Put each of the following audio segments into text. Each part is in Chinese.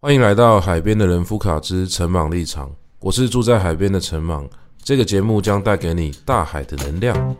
欢迎来到海边的人夫卡之陈茻立场，我是住在海边的陈茻。这个节目将带给你大海的能量。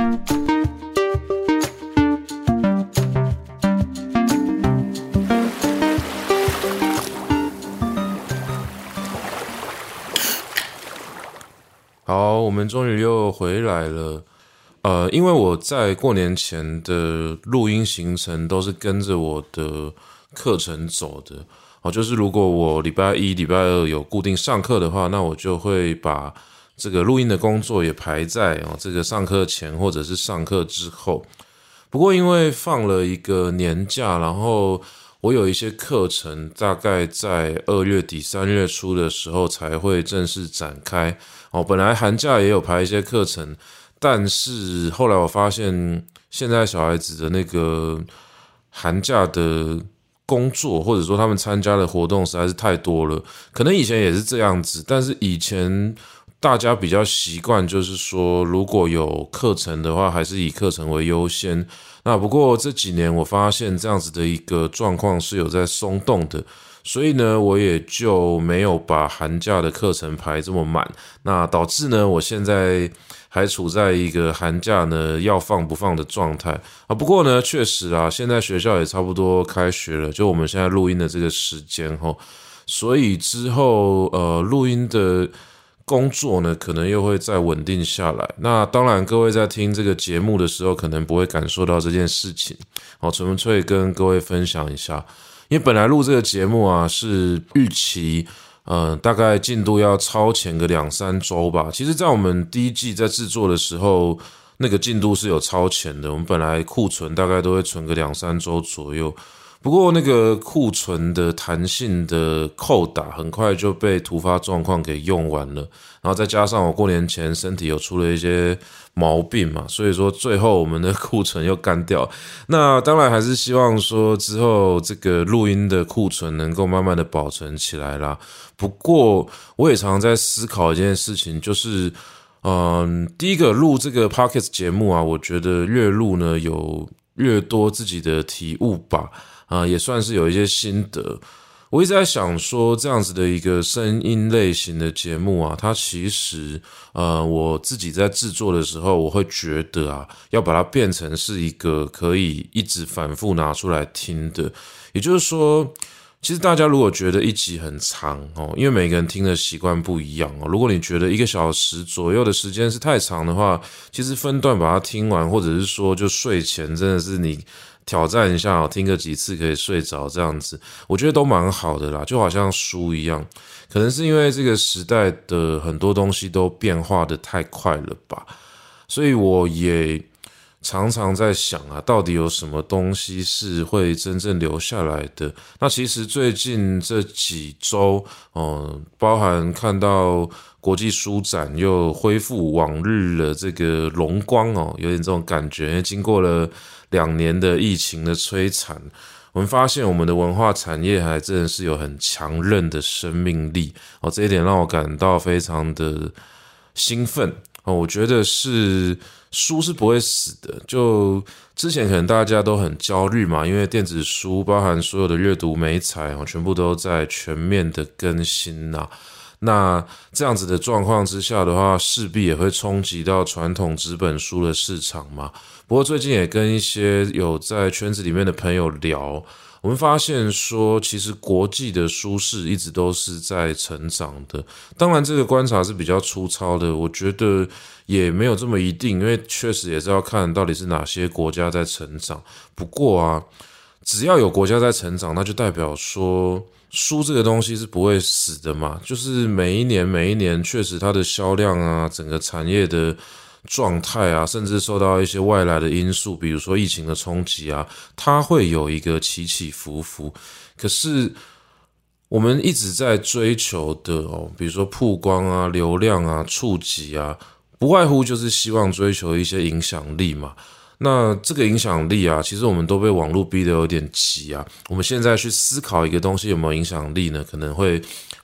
好，我们终于又回来了。因为我在过年前的录音行程都是跟着我的课程走的。就是如果我礼拜一、礼拜二有固定上课的话，那我就会把这个录音的工作也排在这个上课前或者是上课之后。不过因为放了一个年假，然后我有一些课程大概在2月底3月初的时候才会正式展开。本来寒假也有排一些课程，但是后来我发现现在小孩子的那个寒假的工作或者说他们参加的活动实在是太多了，可能以前也是这样子，但是以前大家比较习惯就是说如果有课程的话还是以课程为优先。那不过这几年我发现这样子的一个状况是有在松动的，所以呢我也就没有把寒假的课程排这么满，那导致呢我现在还处在一个寒假呢要放不放的状态不过呢确实现在学校也差不多开学了，就我们现在录音的这个时间所以之后录音的工作呢可能又会再稳定下来。那当然各位在听这个节目的时候可能不会感受到这件事情纯粹跟各位分享一下。因为本来录这个节目是预期大概进度要超前个2-3周吧。其实在我们第一季在制作的时候那个进度是有超前的，我们本来库存大概都会存个2-3周左右，不过那个库存的弹性的扣打很快就被突发状况给用完了，然后再加上我过年前身体有出了一些毛病嘛，所以说最后我们的库存又干掉。那当然还是希望说之后这个录音的库存能够慢慢的保存起来啦。不过我也常常在思考一件事情，就是第一个录这个 Podcast 节目我觉得越录呢有越多自己的体悟吧，也算是有一些心得。我一直在想说这样子的一个声音类型的节目它其实我自己在制作的时候我会觉得要把它变成是一个可以一直反复拿出来听的。也就是说其实大家如果觉得一集很长因为每个人听的习惯不一样如果你觉得1个小时左右的时间是太长的话，其实分段把它听完，或者是说就睡前真的是你挑战一下听个几次可以睡着这样子，我觉得都蛮好的啦，就好像书一样。可能是因为这个时代的很多东西都变化的太快了吧，所以我也常常在想到底有什么东西是会真正留下来的。那其实最近这几周包含看到国际书展又恢复往日的这个荣光有点这种感觉。因为经过了2年的疫情的摧残，我们发现我们的文化产业还真的是有很强韧的生命力这一点让我感到非常的兴奋我觉得书是不会死的。就之前可能大家都很焦虑嘛，因为电子书包含所有的阅读媒材全部都在全面的更新那这样子的状况之下的话，势必也会冲击到传统纸本书的市场嘛。不过最近也跟一些有在圈子里面的朋友聊，我们发现说其实国际的书市一直都是在成长的。当然这个观察是比较粗糙的，我觉得也没有这么一定，因为确实也是要看到底是哪些国家在成长。不过只要有国家在成长，那就代表说书这个东西是不会死的嘛。就是每一年确实它的销量整个产业的状态甚至受到一些外来的因素，比如说疫情的冲击它会有一个起起伏伏。可是我们一直在追求的比如说曝光流量触及不外乎就是希望追求一些影响力嘛。那这个影响力其实我们都被网络逼得有点急我们现在去思考一个东西有没有影响力呢，可能会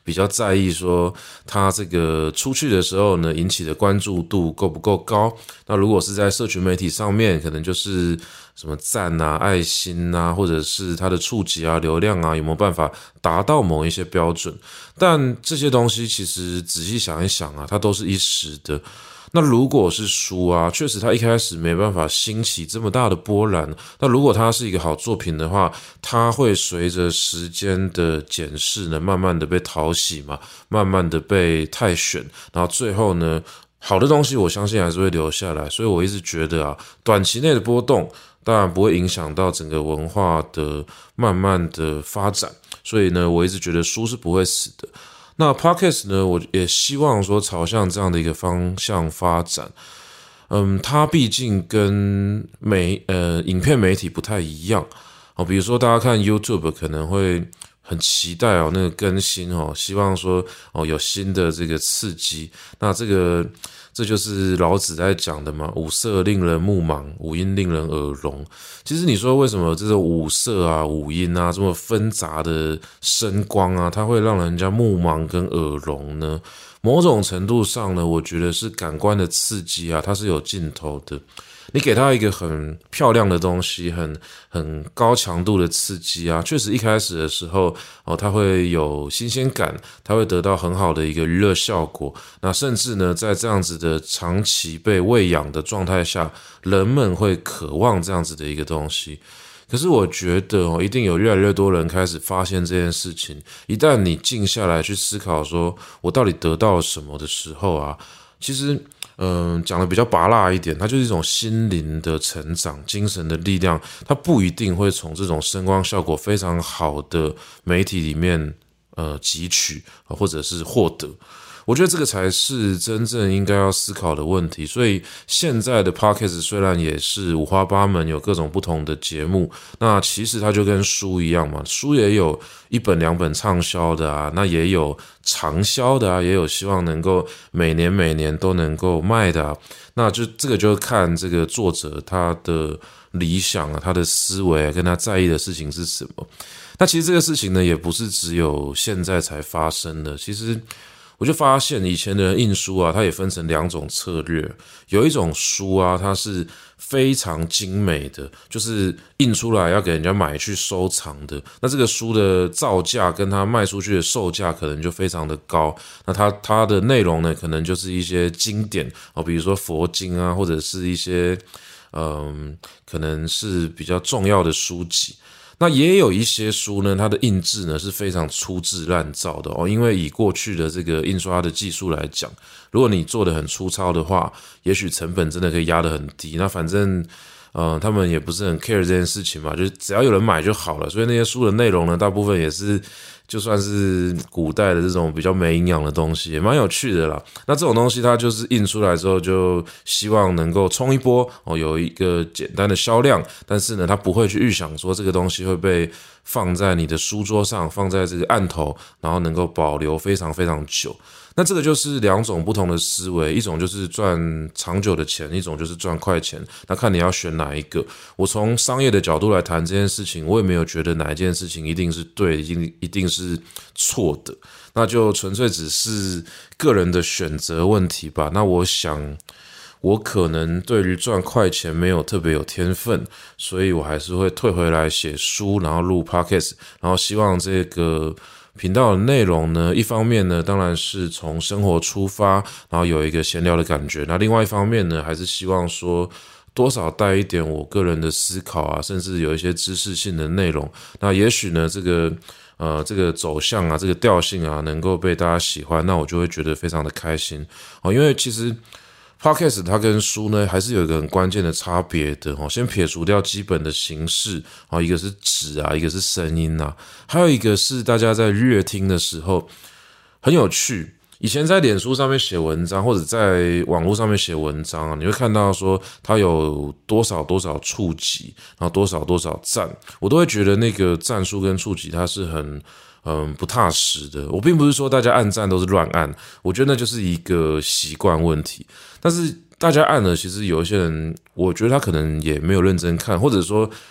比较在意说他这个出去的时候呢引起的关注度够不够高。那如果是在社群媒体上面，可能就是什么赞啊、爱心啊，或者是他的触及啊、流量啊，有没有办法达到某一些标准？但这些东西其实仔细想一想啊，它都是一时的。那如果是书啊，确实它一开始没办法兴起这么大的波澜。那如果它是一个好作品的话，它会随着时间的检视呢，慢慢的被淘洗嘛，慢慢的被汰选，然后最后呢，好的东西我相信还是会留下来。所以我一直觉得啊，短期内的波动当然不会影响到整个文化的慢慢的发展。所以呢，我一直觉得书是不会死的。那 Podcast 呢，我也希望说朝向这样的一个方向发展。它毕竟跟影片媒体不太一样。比如说大家看 YouTube 可能会很期待那个更新希望说有新的这个刺激。那这就是老子在讲的嘛，五色令人目盲，五音令人耳聋。其实你说为什么这种五色啊、五音啊这么纷杂的声光啊，它会让人家目盲跟耳聋呢？某种程度上呢，我觉得是感官的刺激啊，它是有尽头的。你给他一个很漂亮的东西，很高强度的刺激啊，确实一开始的时候他会有新鲜感，他会得到很好的一个娱乐效果。那甚至呢，在这样子的长期被喂养的状态下，人们会渴望这样子的一个东西。可是我觉得一定有越来越多人开始发现这件事情。一旦你静下来去思考说我到底得到了什么的时候啊，其实讲的比较拔辣一点，它就是一种心灵的成长，精神的力量。它不一定会从这种声光效果非常好的媒体里面汲取或者是获得。我觉得这个才是真正应该要思考的问题。所以现在的 Podcast 虽然也是五花八门，有各种不同的节目，那其实它就跟书一样嘛，书也有1本2本畅销的啊，那也有长销的啊，也有希望能够每年都能够卖的啊。那就这个就看这个作者他的理想啊，他的思维啊，跟他在意的事情是什么。那其实这个事情呢，也不是只有现在才发生的。其实我就发现以前的人印书啊，它也分成2种策略。有一种书啊，它是非常精美的，就是印出来要给人家买去收藏的。那这个书的造价跟它卖出去的售价可能就非常的高。那它的内容呢，可能就是一些经典比如说佛经啊，或者是一些可能是比较重要的书籍。那也有一些书呢，它的印制呢是非常粗制滥造的因为以过去的这个印刷的技术来讲，如果你做得很粗糙的话，也许成本真的可以压得很低。那反正他们也不是很 care 这件事情嘛，就是只要有人买就好了。所以那些书的内容呢，大部分也是就算是古代的这种比较没营养的东西，也蛮有趣的啦。那这种东西它就是印出来之后，就希望能够冲一波有一个简单的销量，但是呢，它不会去预想说这个东西会被放在你的书桌上，放在这个案头，然后能够保留非常非常久。那这个就是2种不同的思维，一种就是赚长久的钱，一种就是赚快钱。那看你要选哪一个。我从商业的角度来谈这件事情，我也没有觉得哪一件事情一定是对，一定是错的，那就纯粹只是个人的选择问题吧。那我想我可能对于赚快钱没有特别有天分，所以我还是会退回来写书，然后录 Podcast， 然后希望这个频道的内容呢，一方面呢当然是从生活出发，然后有一个闲聊的感觉，那另外一方面呢，还是希望说多少带一点我个人的思考啊，甚至有一些知识性的内容。那也许呢这个走向啊，这个调性啊，能够被大家喜欢，那我就会觉得非常的开心因为其实Podcast 它跟书呢还是有一个很关键的差别的先撇除掉基本的形式一个是纸啊，一个是声音啊，还有一个是大家在阅听的时候很有趣。以前在脸书上面写文章，或者在网络上面写文章啊，你会看到说它有多少触及，然后多少赞，我都会觉得那个赞数跟触及它是很不踏实的。我并不是说大家按赞都是乱按，我觉得那就是一个习惯问题。但是大家按了，其实有一些人，我觉得他可能也没有认真看，或者说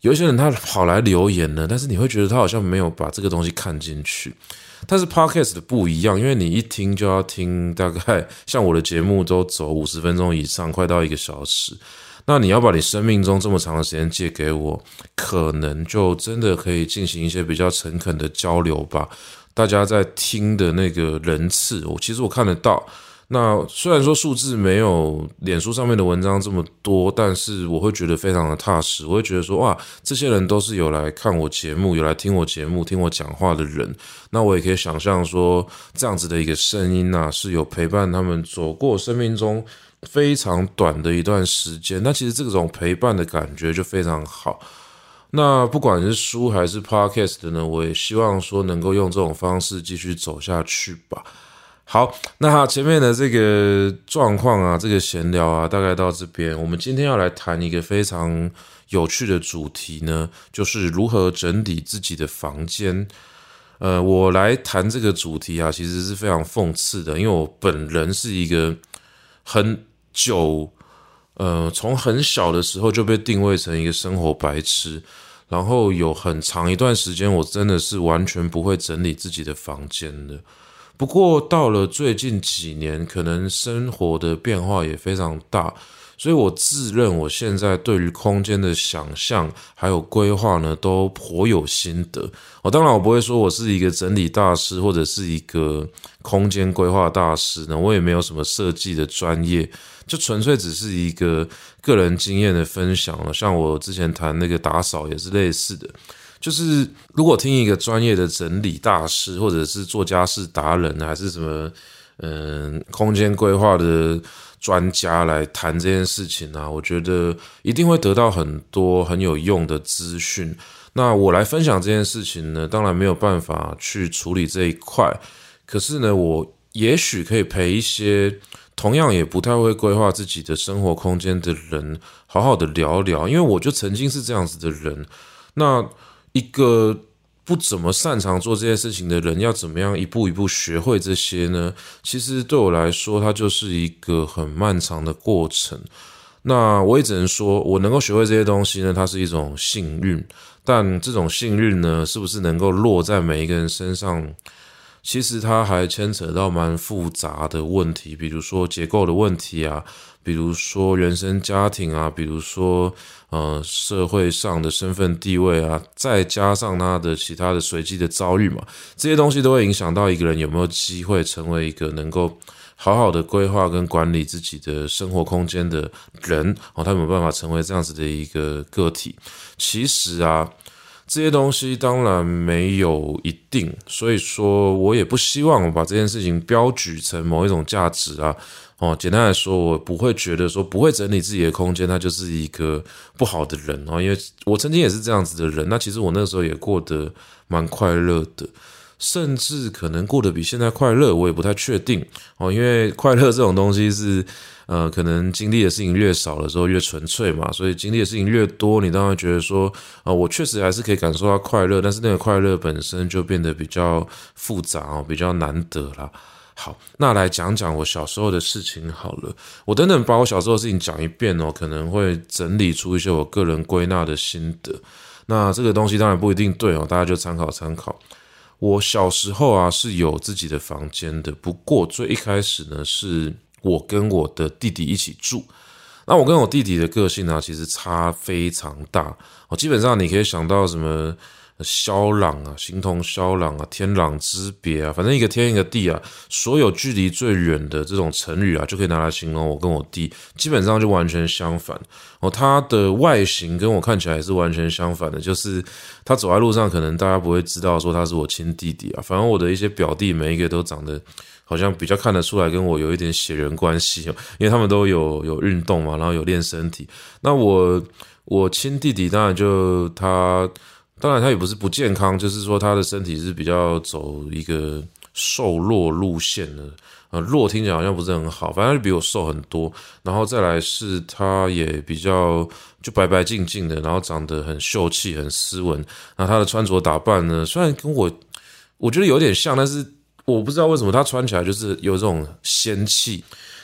有一些人他跑来留言了，但是你会觉得他好像没有把这个东西看进去。但是 podcast 的不一样，因为你一听就要听，大概像我的节目都走50分钟以上，快到1个小时。那你要把你生命中这么长的时间借给我，可能就真的可以进行一些比较诚恳的交流吧。大家在听的那个人次，其实我看得到。那虽然说数字没有脸书上面的文章这么多，但是我会觉得非常的踏实。我会觉得说，哇，这些人都是有来看我节目，有来听我节目，听我讲话的人。那我也可以想象说，这样子的一个声音啊，是有陪伴他们走过生命中非常短的一段时间。那其实这种陪伴的感觉就非常好。那不管是书还是 podcast 的呢，我也希望说能够用这种方式继续走下去吧。好，那前面的这个状况啊，这个闲聊啊，大概到这边。我们今天要来谈一个非常有趣的主题呢，就是如何整理自己的房间。我来谈这个主题啊，其实是非常讽刺的，因为我本人是一个很久，从很小的时候就被定位成一个生活白痴，然后有很长一段时间，我真的是完全不会整理自己的房间的。不过到了最近几年，可能生活的变化也非常大，所以我自认我现在对于空间的想象还有规划呢，都颇有心得。当然我不会说我是一个整理大师或者是一个空间规划大师呢，我也没有什么设计的专业，就纯粹只是一个个人经验的分享了。像我之前谈那个打扫也是类似的。就是如果听一个专业的整理大师，或者是做家事达人，还是什么空间规划的专家来谈这件事情啊，我觉得一定会得到很多很有用的资讯。那我来分享这件事情呢，当然没有办法去处理这一块，可是呢，我也许可以陪一些同样也不太会规划自己的生活空间的人，好好的聊聊，因为我就曾经是这样子的人。那一个不怎么擅长做这些事情的人，要怎么样一步一步学会这些呢？其实对我来说，它就是一个很漫长的过程。那我也只能说，我能够学会这些东西呢，它是一种幸运。但这种幸运呢，是不是能够落在每一个人身上？其实它还牵扯到蛮复杂的问题，比如说结构的问题啊，比如说原生家庭啊，比如说社会上的身份地位啊，再加上他的其他的随机的遭遇嘛，这些东西都会影响到一个人有没有机会成为一个能够好好的规划跟管理自己的生活空间的人，他有没有办法成为这样子的一个个体。其实啊，这些东西当然没有一定，所以说我也不希望我把这件事情标举成某一种价值啊。简单来说，我不会觉得说不会整理自己的空间，他就是一个不好的人因为我曾经也是这样子的人。那其实我那个时候也过得蛮快乐的，甚至可能过得比现在快乐，我也不太确定因为快乐这种东西是可能经历的事情越少的时候越纯粹嘛，所以经历的事情越多，你当然觉得说我确实还是可以感受到快乐，但是那个快乐本身就变得比较复杂比较难得啦。好，那来讲讲我小时候的事情好了。我等等把我小时候的事情讲一遍可能会整理出一些我个人归纳的心得。那这个东西当然不一定对大家就参考参考。我小时候啊是有自己的房间的，不过最一开始呢是我跟我的弟弟一起住。那我跟我弟弟的个性其实差非常大基本上你可以想到什么萧朗啊，形同萧朗啊，天壤之别啊，反正一个天一个地啊，所有距离最远的这种成语啊，就可以拿来形容我跟我弟，基本上就完全相反他的外形跟我看起来也是完全相反的，就是他走在路上，可能大家不会知道说他是我亲弟弟啊，反正我的一些表弟每一个都长得好像比较看得出来跟我有一点血缘关系因为他们都有运动嘛，然后有练身体。那我亲弟弟当然他也不是不健康，就是说他的身体是比较走一个瘦弱路线的，弱听起来好像不是很好，反正就比我瘦很多。然后再来是他也比较就白白净净的，然后长得很秀气很斯文。然后他的穿着打扮呢，虽然跟我觉得有点像，但是我不知道为什么他穿起来就是有这种仙气。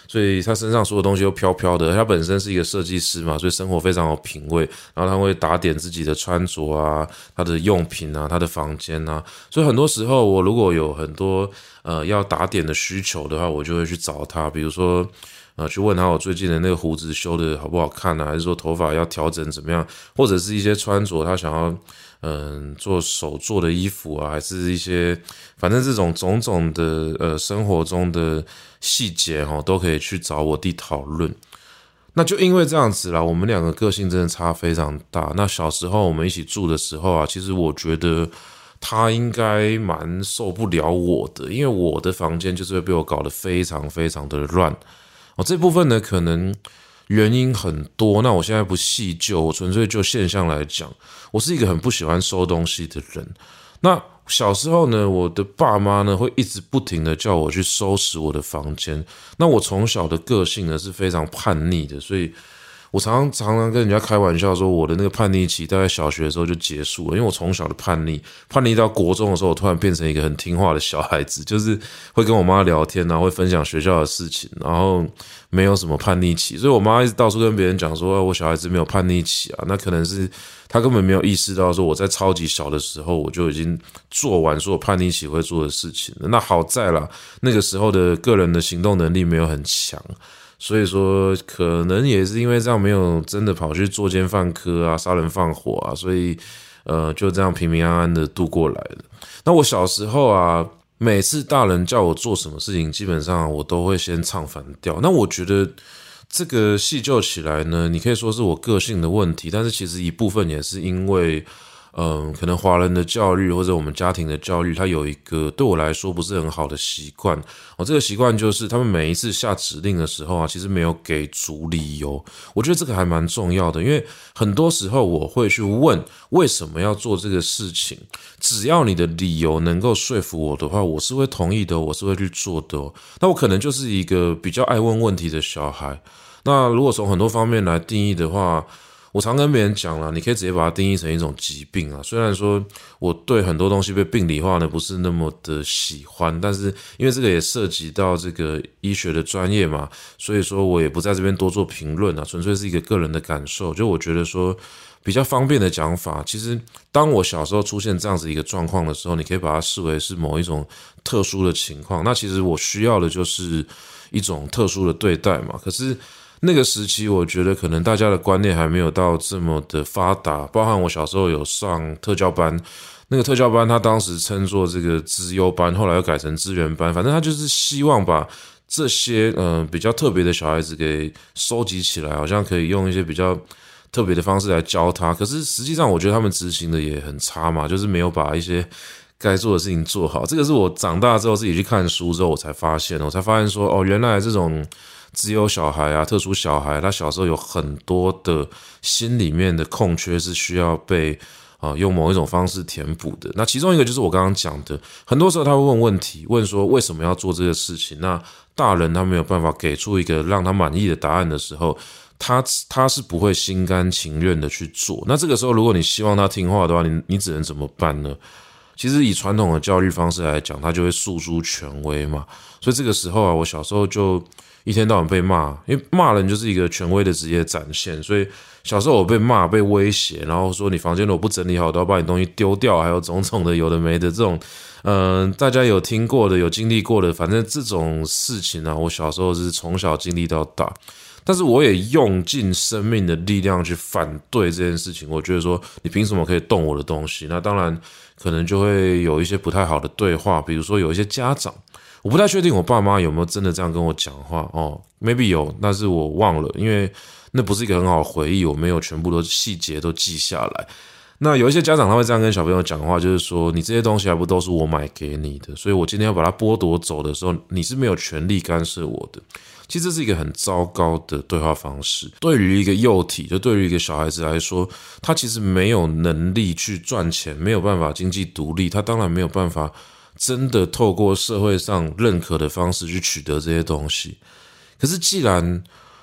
所以他身上所有东西都飘飘的。他本身是一个设计师嘛，所以生活非常有品味，然后他会打点自己的穿着啊、他的用品啊、他的房间啊，所以很多时候我如果有很多要打点的需求的话，我就会去找他，比如说去问他我最近的那个胡子修的好不好看啊，还是说头发要调整怎么样，或者是一些穿着他想要做手做的衣服啊，还是一些反正这种种种的生活中的细节都可以去找我弟讨论。那就因为这样子啦，我们两个个性真的差非常大。那小时候我们一起住的时候啊，其实我觉得他应该蛮受不了我的，因为我的房间就是会被我搞得非常非常的乱。这部分呢，可能原因很多，那我现在不细究，我纯粹就现象来讲，我是一个很不喜欢收东西的人。那小时候呢，我的爸妈呢会一直不停的叫我去收拾我的房间。那我从小的个性呢是非常叛逆的，所以我常常跟人家开玩笑说，我的那个叛逆期大概小学的时候就结束了，因为我从小的叛逆到国中的时候，我突然变成一个很听话的小孩子，就是会跟我妈聊天，然后会分享学校的事情，然后没有什么叛逆期，所以我妈一直到处跟别人讲说，我小孩子没有叛逆期啊，那可能是她根本没有意识到说我在超级小的时候我就已经做完所有叛逆期会做的事情了。那好在啦，那个时候的个人的行动能力没有很强。所以说，可能也是因为这样，没有真的跑去作奸犯科啊、杀人放火啊，所以就这样平平安安的度过来了。那我小时候啊，每次大人叫我做什么事情，基本上我都会先唱反调。那我觉得这个细究起来呢，你可以说是我个性的问题，但是其实一部分也是因为可能华人的教育或者我们家庭的教育，它有一个对我来说不是很好的习惯。这个习惯就是他们每一次下指令的时候啊，其实没有给足理由。我觉得这个还蛮重要的，因为很多时候我会去问为什么要做这个事情，只要你的理由能够说服我的话，我是会同意的，我是会去做的。那我可能就是一个比较爱问问题的小孩。那如果从很多方面来定义的话，我常跟别人讲啦，你可以直接把它定义成一种疾病啊。虽然说我对很多东西被病理化呢不是那么的喜欢，但是因为这个也涉及到这个医学的专业嘛，所以说我也不在这边多做评论啊，纯粹是一个个人的感受。就我觉得说比较方便的讲法，其实当我小时候出现这样子一个状况的时候，你可以把它视为是某一种特殊的情况。那其实我需要的就是一种特殊的对待嘛。可是那个时期，我觉得可能大家的观念还没有到这么的发达，包含我小时候有上特教班，那个特教班他当时称作这个资优班，后来又改成资源班，反正他就是希望把这些比较特别的小孩子给收集起来，好像可以用一些比较特别的方式来教他。可是实际上，我觉得他们执行的也很差嘛，就是没有把一些该做的事情做好。这个是我长大之后自己去看书之后，我才发现说，原来这种资优小孩啊、特殊小孩，他小时候有很多的心里面的空缺是需要被用某一种方式填补的。那其中一个就是我刚刚讲的，很多时候他会问问题，问说为什么要做这个事情。那大人他没有办法给出一个让他满意的答案的时候，他是不会心甘情愿的去做。那这个时候，如果你希望他听话的话，你只能怎么办呢？其实以传统的教育方式来讲，他就会诉诸权威嘛。所以这个时候啊，我小时候就一天到晚被骂，因为骂人就是一个权威的职业展现。所以小时候我被骂、被威胁，然后说你房间如果不整理好，我都要把你东西丢掉，还有种种的有的没的这种，大家有听过的、有经历过的，反正这种事情啊，我小时候是从小经历到大。但是我也用尽生命的力量去反对这件事情。我觉得说，你凭什么可以动我的东西？那当然可能就会有一些不太好的对话，比如说有一些家长，我不太确定我爸妈有没有真的这样跟我讲话maybe 有，但是我忘了，因为那不是一个很好的回忆，我没有全部的细节都记下来。那有一些家长他会这样跟小朋友讲话，就是说你这些东西还不都是我买给你的，所以我今天要把它剥夺走的时候，你是没有权利干涉我的。其实这是一个很糟糕的对话方式。对于一个幼体，就对于一个小孩子来说，他其实没有能力去赚钱，没有办法经济独立，他当然没有办法真的透过社会上认可的方式去取得这些东西。可是既然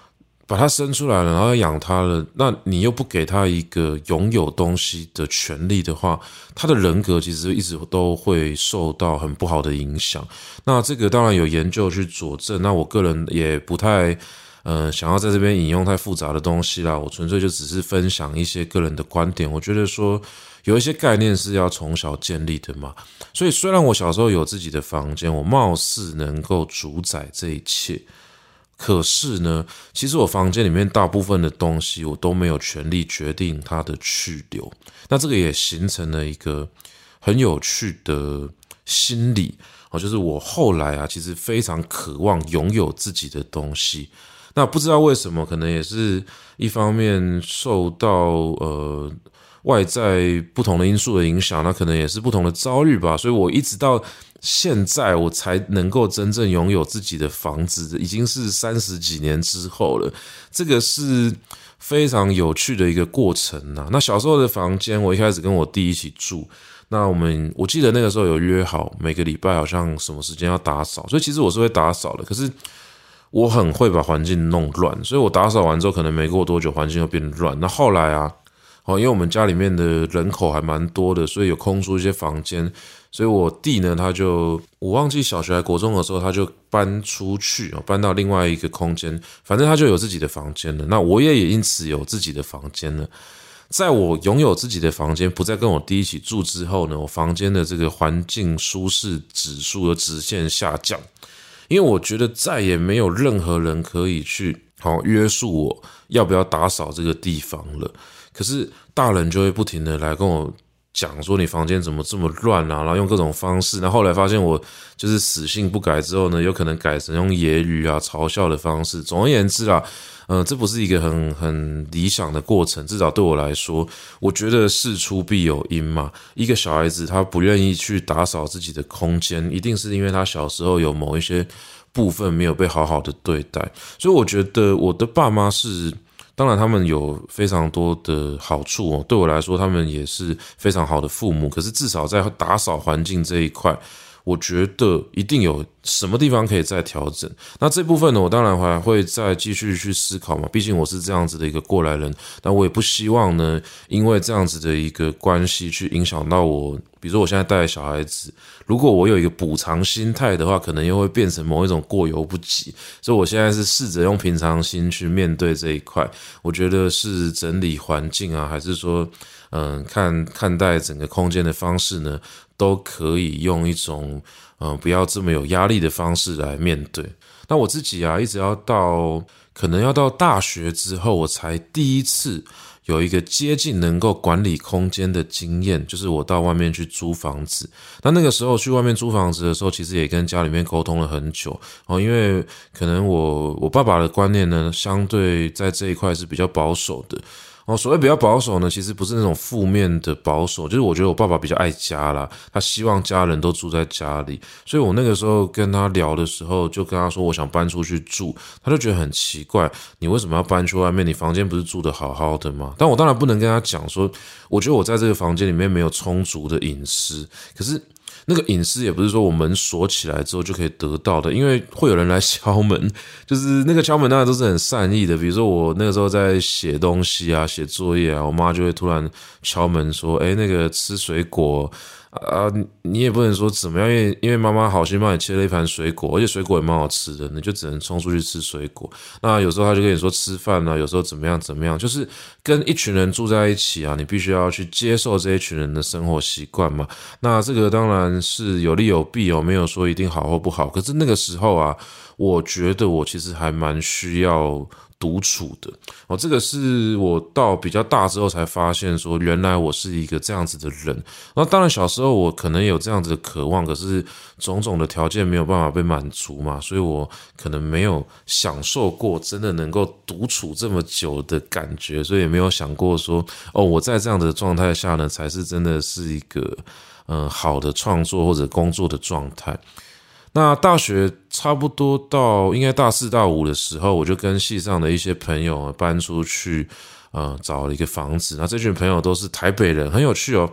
把他生出来了，然后养他了，那你又不给他一个拥有东西的权利的话，他的人格其实一直都会受到很不好的影响。那这个当然有研究去佐证，那我个人也不太想要在这边引用太复杂的东西啦，我纯粹就只是分享一些个人的观点。我觉得说有一些概念是要从小建立的嘛，所以虽然我小时候有自己的房间，我貌似能够主宰这一切。可是呢，其实我房间里面大部分的东西我都没有权利决定它的去留。那这个也形成了一个很有趣的心理，就是我后来啊，其实非常渴望拥有自己的东西。那不知道为什么，可能也是一方面受到外在不同的因素的影响，那可能也是不同的遭遇吧，所以我一直到现在我才能够真正拥有自己的房子，已经是30几年之后了。这个是非常有趣的一个过程啊。那小时候的房间，我一开始跟我弟一起住，那我记得那个时候有约好每个礼拜好像什么时间要打扫，所以其实我是会打扫的，可是我很会把环境弄乱，所以我打扫完之后可能没过多久环境又变乱。那后来啊，因为我们家里面的人口还蛮多的，所以有空出一些房间，所以我弟呢，我忘记小学还国中的时候，他就搬出去，搬到另外一个空间，反正他就有自己的房间了。那我也因此有自己的房间了。在我拥有自己的房间，不再跟我弟一起住之后呢，我房间的这个环境舒适指数的直线下降，因为我觉得再也没有任何人可以去约束我要不要打扫这个地方了。可是大人就会不停的来跟我讲说你房间怎么这么乱啊，然后用各种方式。那后来发现我就是死性不改之后呢，有可能改成用揶揄啊、嘲笑的方式。总而言之啦，这不是一个很理想的过程，至少对我来说，我觉得事出必有因嘛。一个小孩子他不愿意去打扫自己的空间，一定是因为他小时候有某一些部分没有被好好的对待。所以我觉得我的爸妈当然他们有非常多的好处，对我来说他们也是非常好的父母，可是至少在打扫环境这一块，我觉得一定有什么地方可以再调整。那这部分呢，我当然还会再继续去思考嘛，毕竟我是这样子的一个过来人，但我也不希望呢，因为这样子的一个关系去影响到我。比如说我现在带小孩子，如果我有一个补偿心态的话，可能又会变成某一种过犹不及。所以我现在是试着用平常心去面对这一块。我觉得是整理环境啊，还是说看待整个空间的方式呢，都可以用一种不要这么有压力的方式来面对。那我自己啊，一直可能要到大学之后，我才第一次有一个接近能够管理空间的经验，就是我到外面去租房子。那个时候去外面租房子的时候，其实也跟家里面沟通了很久因为可能我爸爸的观念呢，相对在这一块是比较保守的。所谓比较保守呢，其实不是那种负面的保守，就是我觉得我爸爸比较爱家啦，他希望家人都住在家里，所以我那个时候跟他聊的时候，就跟他说我想搬出去住，他就觉得很奇怪，你为什么要搬去外面？你房间不是住得好好的吗？但我当然不能跟他讲说，我觉得我在这个房间里面没有充足的隐私，可是那个隐私也不是说我门锁起来之后就可以得到的，因为会有人来敲门，就是那个敲门当然都是很善意的。比如说我那个时候在写东西啊、写作业啊，我妈就会突然敲门说：“那个吃水果啊，你也不能说怎么样，因为妈妈好心帮你切了一盘水果，而且水果也蛮好吃的，你就只能冲出去吃水果。那有时候他就跟你说吃饭啊，有时候怎么样，就是跟一群人住在一起啊，你必须要去接受这一群人的生活习惯嘛。那这个当然是有利有弊没有说一定好或不好。可是那个时候啊，我觉得我其实还蛮需要独处的这个是我到比较大之后才发现说，原来我是一个这样子的人。那当然小时候我可能有这样子的渴望，可是种种的条件没有办法被满足嘛，所以我可能没有享受过真的能够独处这么久的感觉，所以也没有想过说我在这样的状态下呢，才是真的是一个好的创作或者工作的状态。那大学差不多到应该大4大5的时候，我就跟系上的一些朋友搬出去找了一个房子。那这群朋友都是台北人，很有趣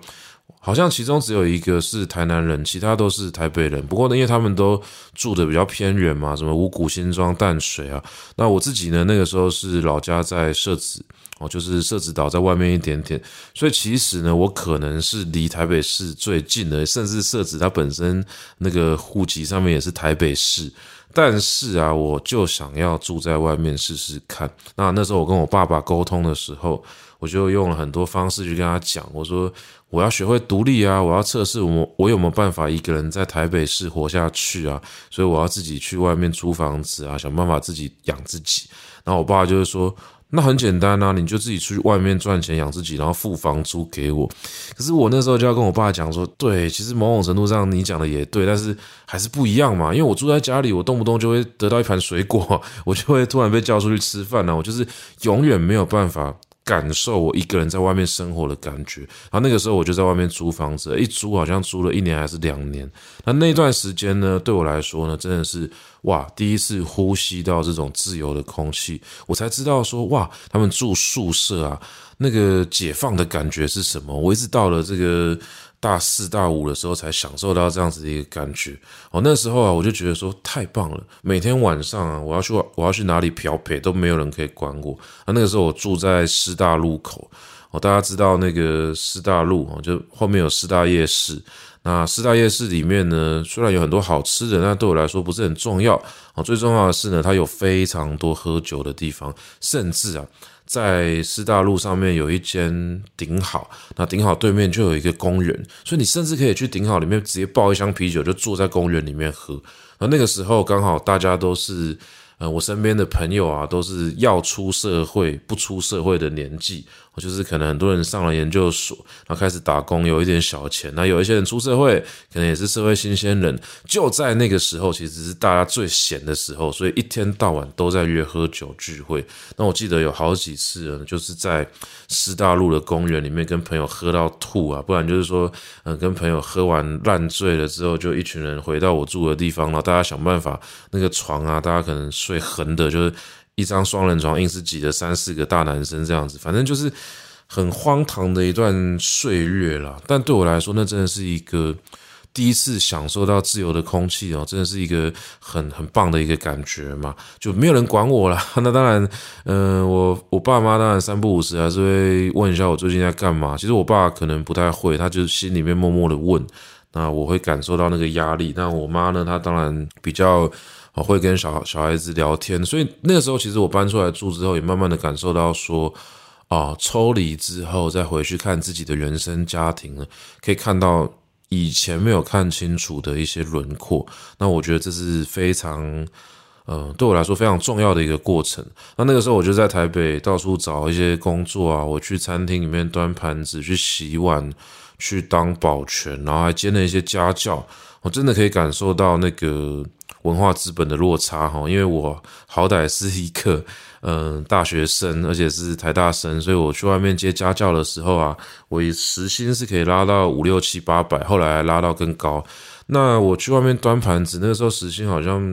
好像其中只有一个是台南人，其他都是台北人。不过呢，因为他们都住的比较偏远嘛，什么五股、新庄、淡水啊。那我自己呢，那个时候是老家在社子，就是社子岛在外面一点点，所以其实呢，我可能是离台北市最近的，甚至社子它本身那个户籍上面也是台北市。但是啊，我就想要住在外面试试看。那时候我跟我爸爸沟通的时候，我就用了很多方式去跟他讲，我说我要学会独立啊，我要测试我有没有办法一个人在台北市活下去啊，所以我要自己去外面租房子啊，想办法自己养自己。然后我爸就是说，那很简单啊，你就自己出去外面赚钱养自己，然后付房租给我。可是我那时候就要跟我爸讲说，对，其实某种程度上你讲的也对，但是还是不一样嘛。因为我住在家里，我动不动就会得到一盘水果，我就会突然被叫出去吃饭啊，我就是永远没有办法感受我一个人在外面生活的感觉。然后那个时候我就在外面租房子，一租好像租了1年还是2年。那段时间呢，对我来说呢，真的是哇，第一次呼吸到这种自由的空气，我才知道说哇，他们住宿舍啊，那个解放的感觉是什么。我一直到了这个大4、大5的时候才享受到这样子的一个感觉。那时候啊，我就觉得说太棒了，每天晚上啊，我要去哪里漂陪都没有人可以管我。那个时候我住在师大路口，大家知道那个师大路就后面有师大夜市。那师大夜市里面呢，虽然有很多好吃的，但对我来说不是很重要。最重要的是呢，它有非常多喝酒的地方，甚至啊，在师大路上面有一间顶好，那顶好对面就有一个公园，所以你甚至可以去顶好里面直接抱一箱啤酒，就坐在公园里面喝。那个时候刚好大家都是我身边的朋友啊，都是要出社会不出社会的年纪，就是可能很多人上了研究所，然后开始打工，有一点小钱。那有一些人出社会，可能也是社会新鲜人。就在那个时候，其实是大家最闲的时候，所以一天到晚都在约喝酒聚会。那我记得有好几次呢，就是在师大路的公园里面跟朋友喝到吐啊，不然就是说，跟朋友喝完烂醉了之后，就一群人回到我住的地方，然后大家想办法那个床啊，大家可能睡横的，就是一张双人床硬是挤了3、4个大男生这样子，反正就是很荒唐的一段岁月啦。但对我来说，那真的是一个第一次享受到自由的空气真的是一个很棒的一个感觉嘛，就没有人管我啦。那当然，我爸妈当然3不5时还是会问一下我最近在干嘛。其实我爸可能不太会，他就是心里面默默的问，那我会感受到那个压力。那我妈呢，她当然比较会跟小孩子聊天，所以那个时候其实我搬出来住之后，也慢慢的感受到说，抽离之后再回去看自己的原生家庭呢，可以看到以前没有看清楚的一些轮廓。那我觉得这是非常对我来说非常重要的一个过程。那个时候我就在台北到处找一些工作啊，我去餐厅里面端盘子，去洗碗，去当保全，然后还兼了一些家教。我真的可以感受到那个文化资本的落差因为我好歹是一个大学生，而且是台大生，所以我去外面接家教的时候啊，我时薪是可以拉到5、6、7、800，后来还拉到更高。那我去外面端盘子，那个时候时薪好像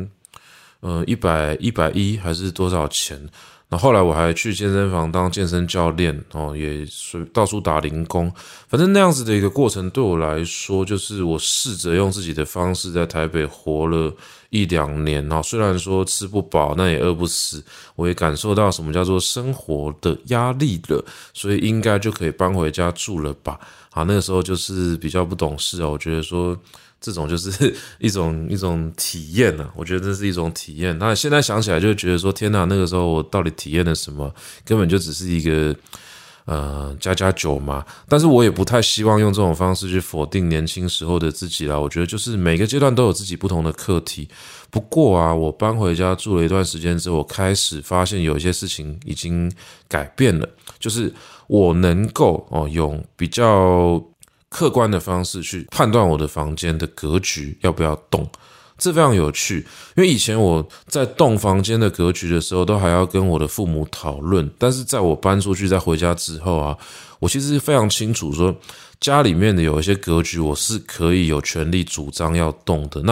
100、110还是多少钱？那后来我还去健身房当健身教练也到处打零工。反正那样子的一个过程对我来说，就是我试着用自己的方式在台北活了1、2年虽然说吃不饱，但也饿不死，我也感受到什么叫做生活的压力了，所以应该就可以搬回家住了吧。那个时候就是比较不懂事我觉得说这种就是一种体验啊，我觉得这是一种体验。那现在想起来就觉得说，天哪，那个时候我到底体验了什么？根本就只是一个加酒嘛。但是我也不太希望用这种方式去否定年轻时候的自己啦。我觉得就是每个阶段都有自己不同的课题。不过啊，我搬回家住了一段时间之后，我开始发现有一些事情已经改变了，就是我能够用比较客观的方式去判断我的房间的格局要不要动，这非常有趣。因为以前我在动房间的格局的时候，都还要跟我的父母讨论，但是在我搬出去再回家之后啊，我其实非常清楚说，家里面的有一些格局我是可以有权利主张要动的。那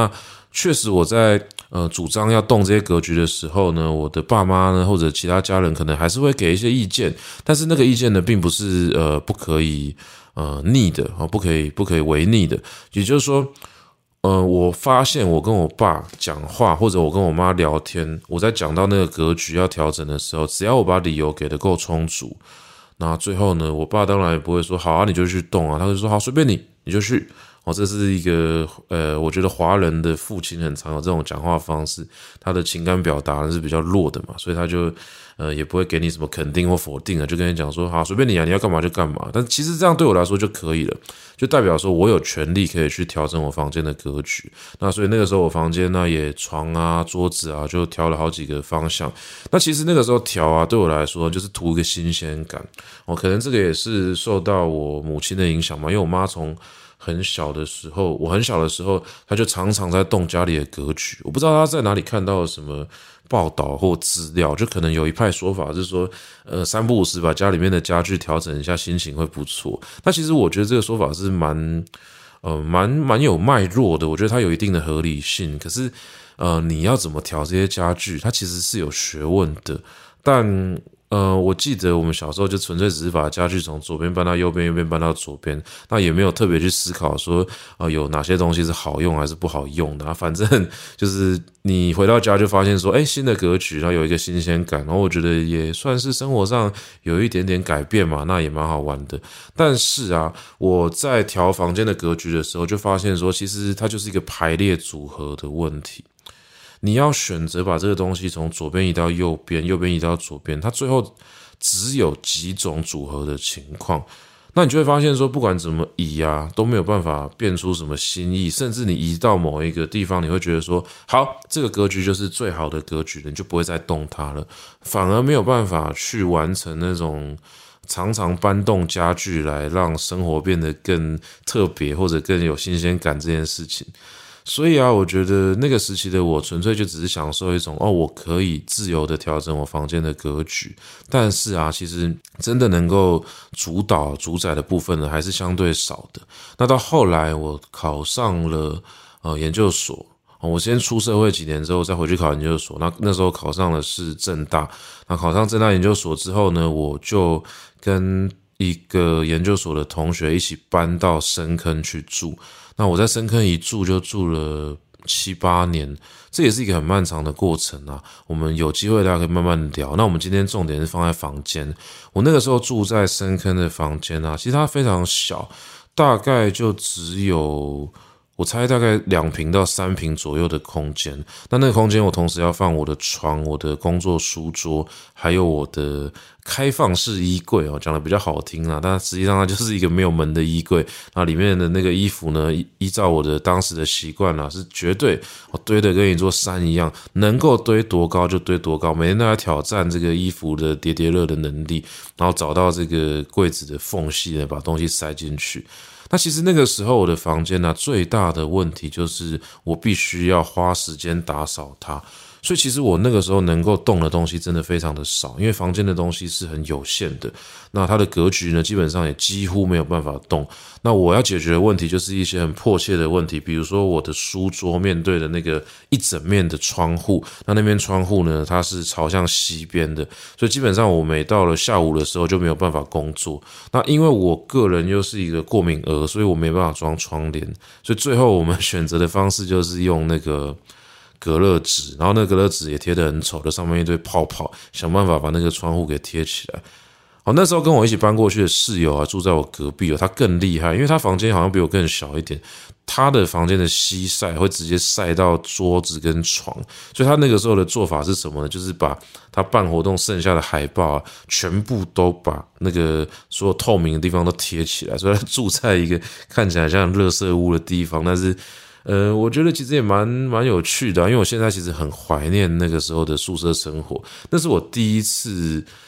确实我在主张要动这些格局的时候呢，我的爸妈呢或者其他家人可能还是会给一些意见，但是那个意见呢并不是不可以逆的不可以违逆的，也就是说。我发现我跟我爸讲话，或者我跟我妈聊天，我在讲到那个格局要调整的时候，只要我把理由给的够充足，那最后呢，我爸当然也不会说好啊，你就去动啊，他就说好，随便你，你就去。这是一个我觉得华人的父亲很常有这种讲话方式，他的情感表达是比较弱的嘛，所以他就也不会给你什么肯定或否定就跟你讲说好随便你啊，你要干嘛就干嘛。但其实这样对我来说就可以了，就代表说我有权利可以去调整我房间的格局。那所以那个时候我房间呢也床啊桌子啊就调了好几个方向。那其实那个时候调对我来说就是图一个新鲜感可能这个也是受到我母亲的影响嘛，因为我妈从很小的时候，我很小的时候，他就常常在动家里的格局。我不知道他在哪里看到了什么报道或资料，就可能有一派说法是说，三不五时把家里面的家具调整一下，心情会不错。那其实我觉得这个说法是蛮有脉络的，我觉得它有一定的合理性。可是，你要怎么调这些家具，它其实是有学问的，但。我记得我们小时候就纯粹只是把家具从左边搬到右边，右边搬到左边，那也没有特别去思考说有哪些东西是好用还是不好用的反正就是你回到家就发现说，新的格局，然后有一个新鲜感，然后我觉得也算是生活上有一点点改变嘛，那也蛮好玩的。但是我在调房间的格局的时候，就发现说，其实它就是一个排列组合的问题。你要选择把这个东西从左边移到右边，右边移到左边，它最后只有几种组合的情况。那你就会发现说，不管怎么移都没有办法变出什么新意，甚至你移到某一个地方，你会觉得说，好，这个格局就是最好的格局了，你就不会再动它了，反而没有办法去完成那种常常搬动家具来让生活变得更特别或者更有新鲜感这件事情。所以我觉得那个时期的我纯粹就只是享受一种我可以自由的调整我房间的格局，但是其实真的能够主宰的部分呢还是相对少的。那到后来我考上了研究所，我先出社会几年之后再回去考研究所，那时候考上的是政大，那考上政大研究所之后呢，我就跟一个研究所的同学一起搬到深坑去住。那我在深坑一住就住了7、8年，这也是一个很漫长的过程我们有机会大家可以慢慢聊。那我们今天重点是放在房间。我那个时候住在深坑的房间其实它非常小，大概就只有我猜大概2坪到3坪左右的空间。那个空间我同时要放我的床、我的工作书桌，还有我的开放式衣柜讲的比较好听但实际上它就是一个没有门的衣柜。那里面的那个衣服呢，依照我的当时的习惯是绝对堆的跟一座山一样，能够堆多高就堆多高，每天都在挑战这个衣服的叠叠乐的能力，然后找到这个柜子的缝隙呢，把东西塞进去。那其实那个时候我的房间最大的问题就是我必须要花时间打扫它。所以其实我那个时候能够动的东西真的非常的少，因为房间的东西是很有限的，那它的格局呢基本上也几乎没有办法动。那我要解决的问题就是一些很迫切的问题，比如说我的书桌面对的那个一整面的窗户，那边窗户呢它是朝向西边的，所以基本上我每到了下午的时候就没有办法工作。那因为我个人又是一个过敏儿，所以我没办法装窗帘，所以最后我们选择的方式就是用那个隔热纸，然后那个隔热纸也贴得很丑，就上面一堆泡泡，想办法把那个窗户给贴起来。那时候跟我一起搬过去的室友住在我隔壁他更厉害，因为他房间好像比我更小一点，他的房间的西晒会直接晒到桌子跟床，所以他那个时候的做法是什么呢？就是把他办活动剩下的海报全部都把那个所有透明的地方都贴起来，所以他住在一个看起来像垃圾屋的地方，但是我觉得其实也蛮有趣的因为我现在其实很怀念那个时候的宿舍生活，那是我第一次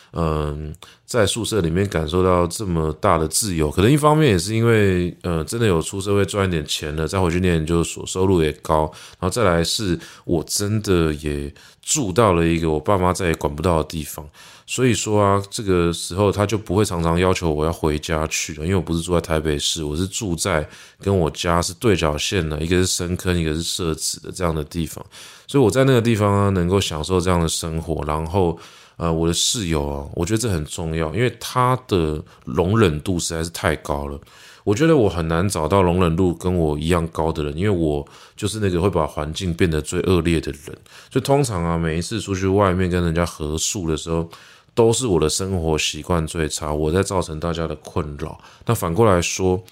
在宿舍里面感受到这么大的自由，可能一方面也是因为真的有出社会赚一点钱了，再回去念研究所，收入也高，然后再来是我真的也住到了一个我爸妈再也管不到的地方，所以说啊，这个时候他就不会常常要求我要回家去了，因为我不是住在台北市，我是住在跟我家是对角线的，一个是深坑，一个是社子的这样的地方，所以我在那个地方啊，能够享受这样的生活，然后我的室友啊，我觉得这很重要，因为他的容忍度实在是太高了。我觉得我很难找到容忍度跟我一样高的人，因为我就是那个会把环境变得最恶劣的人。所以通常啊，每一次出去外面跟人家合宿的时候，都是我的生活习惯最差，我在造成大家的困扰。那反过来说，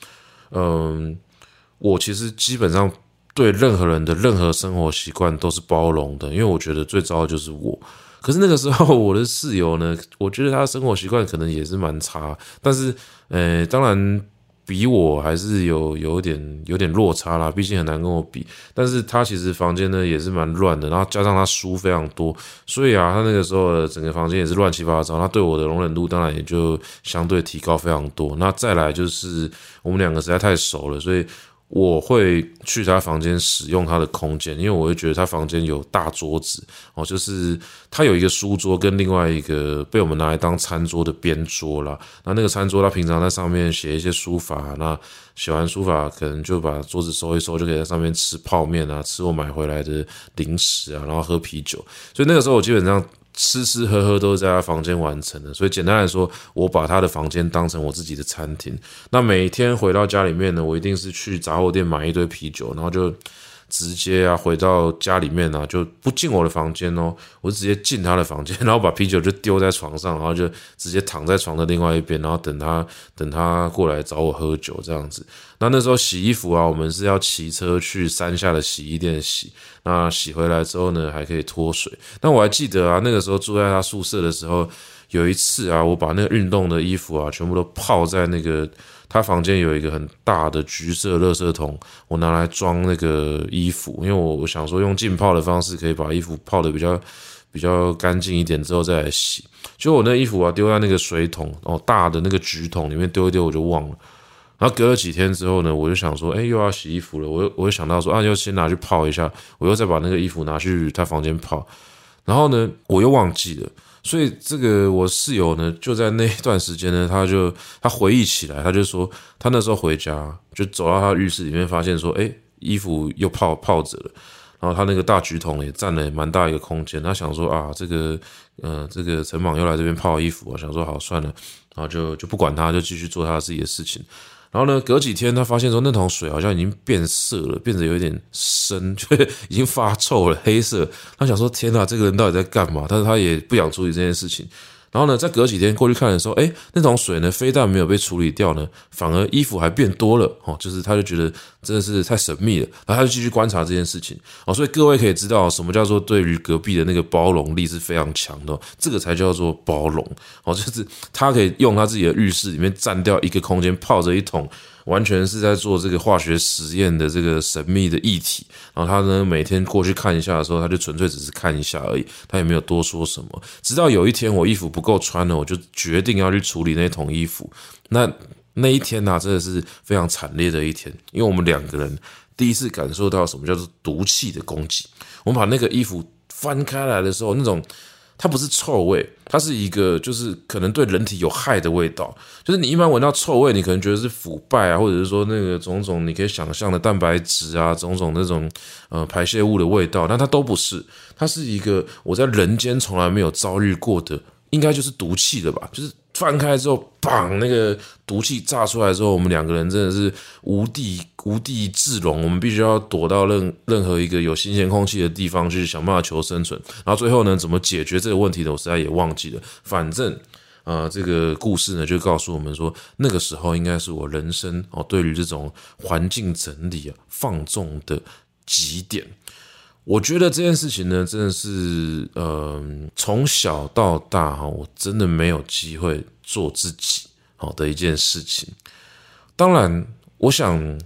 我其实基本上对任何人的任何生活习惯都是包容的，因为我觉得最糟的就是我。可是那个时候我的室友呢，我觉得他的生活习惯可能也是蛮差，但是当然比我还是有点落差啦，毕竟很难跟我比。但是他其实房间呢也是蛮乱的，然后加上他书非常多，所以啊，他那个时候整个房间也是乱七八糟。他对我的容忍度当然也就相对提高非常多。那再来就是我们两个实在太熟了，所以我会去他房间使用他的空间，因为我会觉得他房间有大桌子哦，就是他有一个书桌跟另外一个被我们拿来当餐桌的边桌啦。那个餐桌他平常在上面写一些书法，那写完书法可能就把桌子收一收，就可以在上面吃泡面啊，吃我买回来的零食啊，然后喝啤酒。所以那个时候我基本上吃吃喝喝都是在他房间完成的，所以简单来说，我把他的房间当成我自己的餐厅。那每天回到家里面呢，我一定是去杂货店买一堆啤酒，然后就直接啊回到家里面啊，就不进我的房间哦，我直接进他的房间，然后把啤酒就丢在床上，然后就直接躺在床的另外一边，然后等他过来找我喝酒这样子。那时候洗衣服啊，我们是要骑车去山下的洗衣店洗，那洗回来之后呢，还可以脱水。那我还记得啊，那个时候住在他宿舍的时候，有一次啊，我把那个运动的衣服啊，全部都泡在那个他房间有一个很大的橘色垃圾桶，我拿来装那个衣服，因为我想说用浸泡的方式可以把衣服泡得比较干净一点之后再来洗。结果我那衣服啊丢在那个水桶哦，大的那个橘桶里面丢一丢，我就忘了。然后隔了几天之后呢，我就想说，又要洗衣服了，我又想到说又先拿去泡一下，我又再把那个衣服拿去他房间泡，然后呢，我又忘记了。所以这个我室友呢，就在那一段时间呢，他回忆起来，他就说他那时候回家就走到他浴室里面，发现说，衣服又泡着了，然后他那个大橘桶也占了蛮大一个空间。他想说啊，这个陈莽又来这边泡衣服，想说好算了，然后就不管他，就继续做他自己的事情。然后呢，隔几天他发现说那桶水好像已经变色了，变得有一点深，就已经发臭了，黑色。他想说天哪，这个人到底在干嘛？但是他也不想处理这件事情。然后呢，再隔几天过去看的时候，那桶水呢，非但没有被处理掉呢，反而衣服还变多了哦，就是他就觉得真的是太神秘了，然后他就继续观察这件事情哦，所以各位可以知道什么叫做对于隔壁的那个包容力是非常强的哦，这个才叫做包容哦，就是他可以用他自己的浴室里面占掉一个空间，泡着一桶。完全是在做这个化学实验的这个神秘的液体，然后他呢每天过去看一下的时候，他就纯粹只是看一下而已，他也没有多说什么。直到有一天我衣服不够穿了，我就决定要去处理那桶衣服。那一天真的是非常惨烈的一天，因为我们两个人第一次感受到什么叫做毒气的攻击。我们把那个衣服翻开来的时候，那种它不是臭味，它是一个就是可能对人体有害的味道。就是你一般闻到臭味，你可能觉得是腐败啊，或者是说那个种种你可以想象的蛋白质啊，种种那种排泄物的味道，但它都不是，它是一个我在人间从来没有遭遇过的，应该就是毒气了吧？就是翻开之后，砰，那个毒气炸出来之后，我们两个人真的是无地自容，我们必须要躲到任何一个有新鲜空气的地方去想办法求生存。然后最后呢，怎么解决这个问题呢？我实在也忘记了。反正这个故事呢，就告诉我们说，那个时候应该是我人生对于这种环境整理放纵的极点。我觉得这件事情呢，真的是从小到大我真的没有机会做自己的一件事情。当然，我想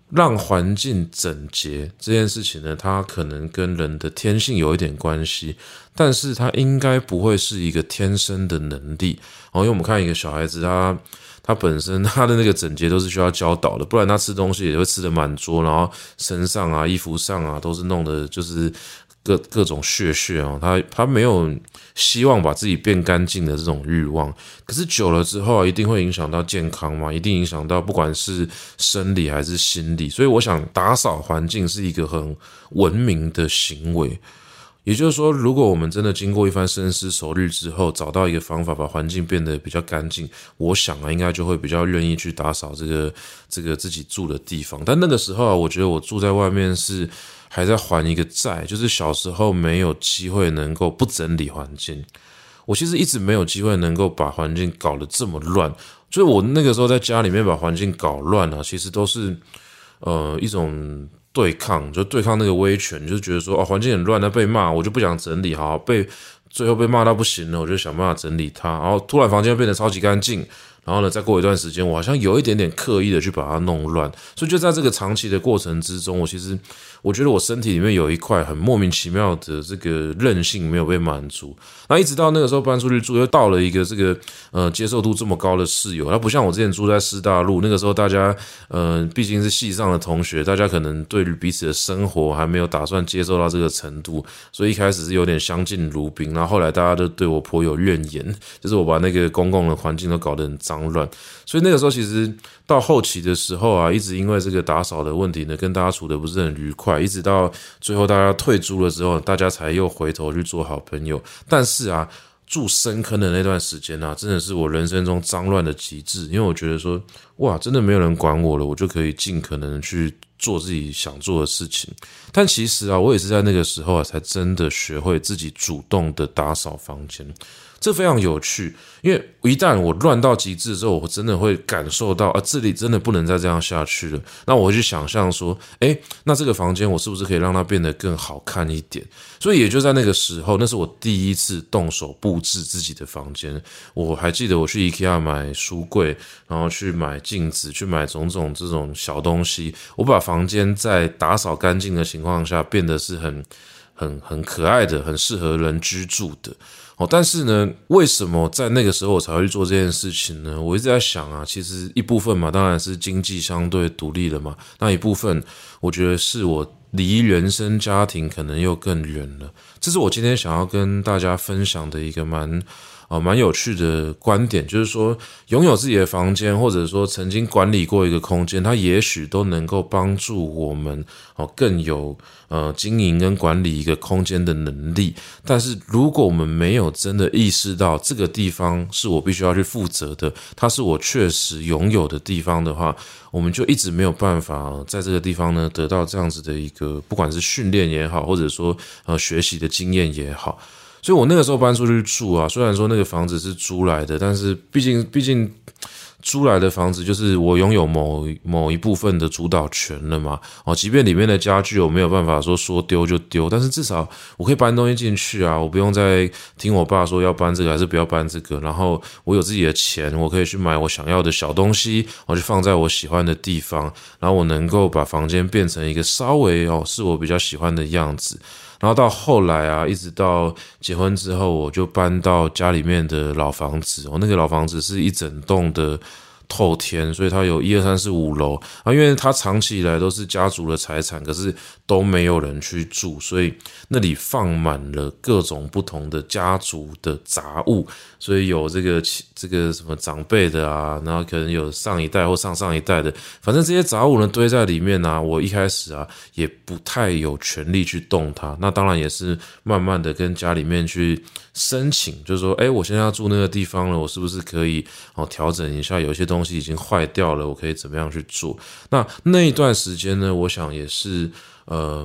让环境整洁这件事情呢，它可能跟人的天性有一点关系，但是它应该不会是一个天生的能力。因为我们看一个小孩子，他本身他的那个整洁都是需要教导的，不然他吃东西也会吃得满桌，然后身上啊、衣服上啊都是弄的就是各种屑哦，他没有希望把自己变干净的这种欲望，可是久了之后啊，一定会影响到健康嘛，一定影响到不管是生理还是心理，所以我想打扫环境是一个很文明的行为。也就是说，如果我们真的经过一番深思熟虑之后，找到一个方法把环境变得比较干净，我想啊，应该就会比较愿意去打扫这个自己住的地方。但那个时候啊，我觉得我住在外面是还在还一个债，就是小时候没有机会能够不整理环境。我其实一直没有机会能够把环境搞得这么乱，就是我那个时候在家里面把环境搞乱啊，其实都是一种对抗，就对抗那个威权，就觉得说环境很乱，那被骂我就不想整理，好最后被骂到不行了，我就想办法整理它，然后突然房间变得超级干净。然后呢，再过一段时间，我好像有一点点刻意的去把它弄乱，所以就在这个长期的过程之中，我觉得我身体里面有一块很莫名其妙的这个韧性没有被满足。那一直到那个时候搬出去住，又到了一个这个接受度这么高的室友，他不像我之前住在师大路，那个时候大家毕竟是系上的同学，大家可能对于彼此的生活还没有打算接受到这个程度，所以一开始是有点相敬如宾，然后后来大家都对我颇有怨言，就是我把那个公共的环境都搞得很脏乱，所以那个时候其实到后期的时候啊，一直因为这个打扫的问题呢，跟大家处得不是很愉快，一直到最后大家退租了之后，大家才又回头去做好朋友。但是啊，住深坑的那段时间啊，真的是我人生中脏乱的极致，因为我觉得说，哇，真的没有人管我了，我就可以尽可能去做自己想做的事情。但其实啊，我也是在那个时候啊，才真的学会自己主动的打扫房间。这非常有趣，因为一旦我乱到极致之后，我真的会感受到这里真的不能再这样下去了。那我会去想象说，那这个房间我是不是可以让它变得更好看一点？所以也就在那个时候，那是我第一次动手布置自己的房间。我还记得我去 IKEA 买书柜，然后去买镜子，去买种种这种小东西。我把房间在打扫干净的情况下，变得是很可爱的，很适合人居住的。但是呢，为什么在那个时候我才会去做这件事情呢？我一直在想啊，其实一部分嘛，当然是经济相对独立了嘛，那一部分我觉得是我离原生家庭可能又更远了。这是我今天想要跟大家分享的一个蛮有趣的观点，就是说拥有自己的房间，或者说曾经管理过一个空间，它也许都能够帮助我们更有经营跟管理一个空间的能力。但是如果我们没有真的意识到这个地方是我必须要去负责的，它是我确实拥有的地方的话，我们就一直没有办法在这个地方呢得到这样子的一个不管是训练也好，或者说学习的经验也好。所以我那个时候搬出去住啊，虽然说那个房子是租来的，但是毕竟租来的房子就是我拥有某一部分的主导权了嘛。即便里面的家具我没有办法说丢就丢，但是至少我可以搬东西进去啊，我不用再听我爸说要搬这个还是不要搬这个。然后我有自己的钱，我可以去买我想要的小东西，我就放在我喜欢的地方，然后我能够把房间变成一个稍微是我比较喜欢的样子。然后到后来啊，一直到结婚之后，我就搬到家里面的老房子。那个老房子是一整栋的透天，所以它有1、2、3、4、5楼啊。因为它长期以来都是家族的财产，可是都没有人去住，所以那里放满了各种不同的家族的杂物。所以有这个什么长辈的啊，然后可能有上一代或上上一代的，反正这些杂物呢堆在里面啊，我一开始啊也不太有权利去动它。那当然也是慢慢的跟家里面去申请，就是说，我现在要住那个地方了，我是不是可以调整一下？有些东西已经坏掉了，我可以怎么样去做？那一段时间呢，我想也是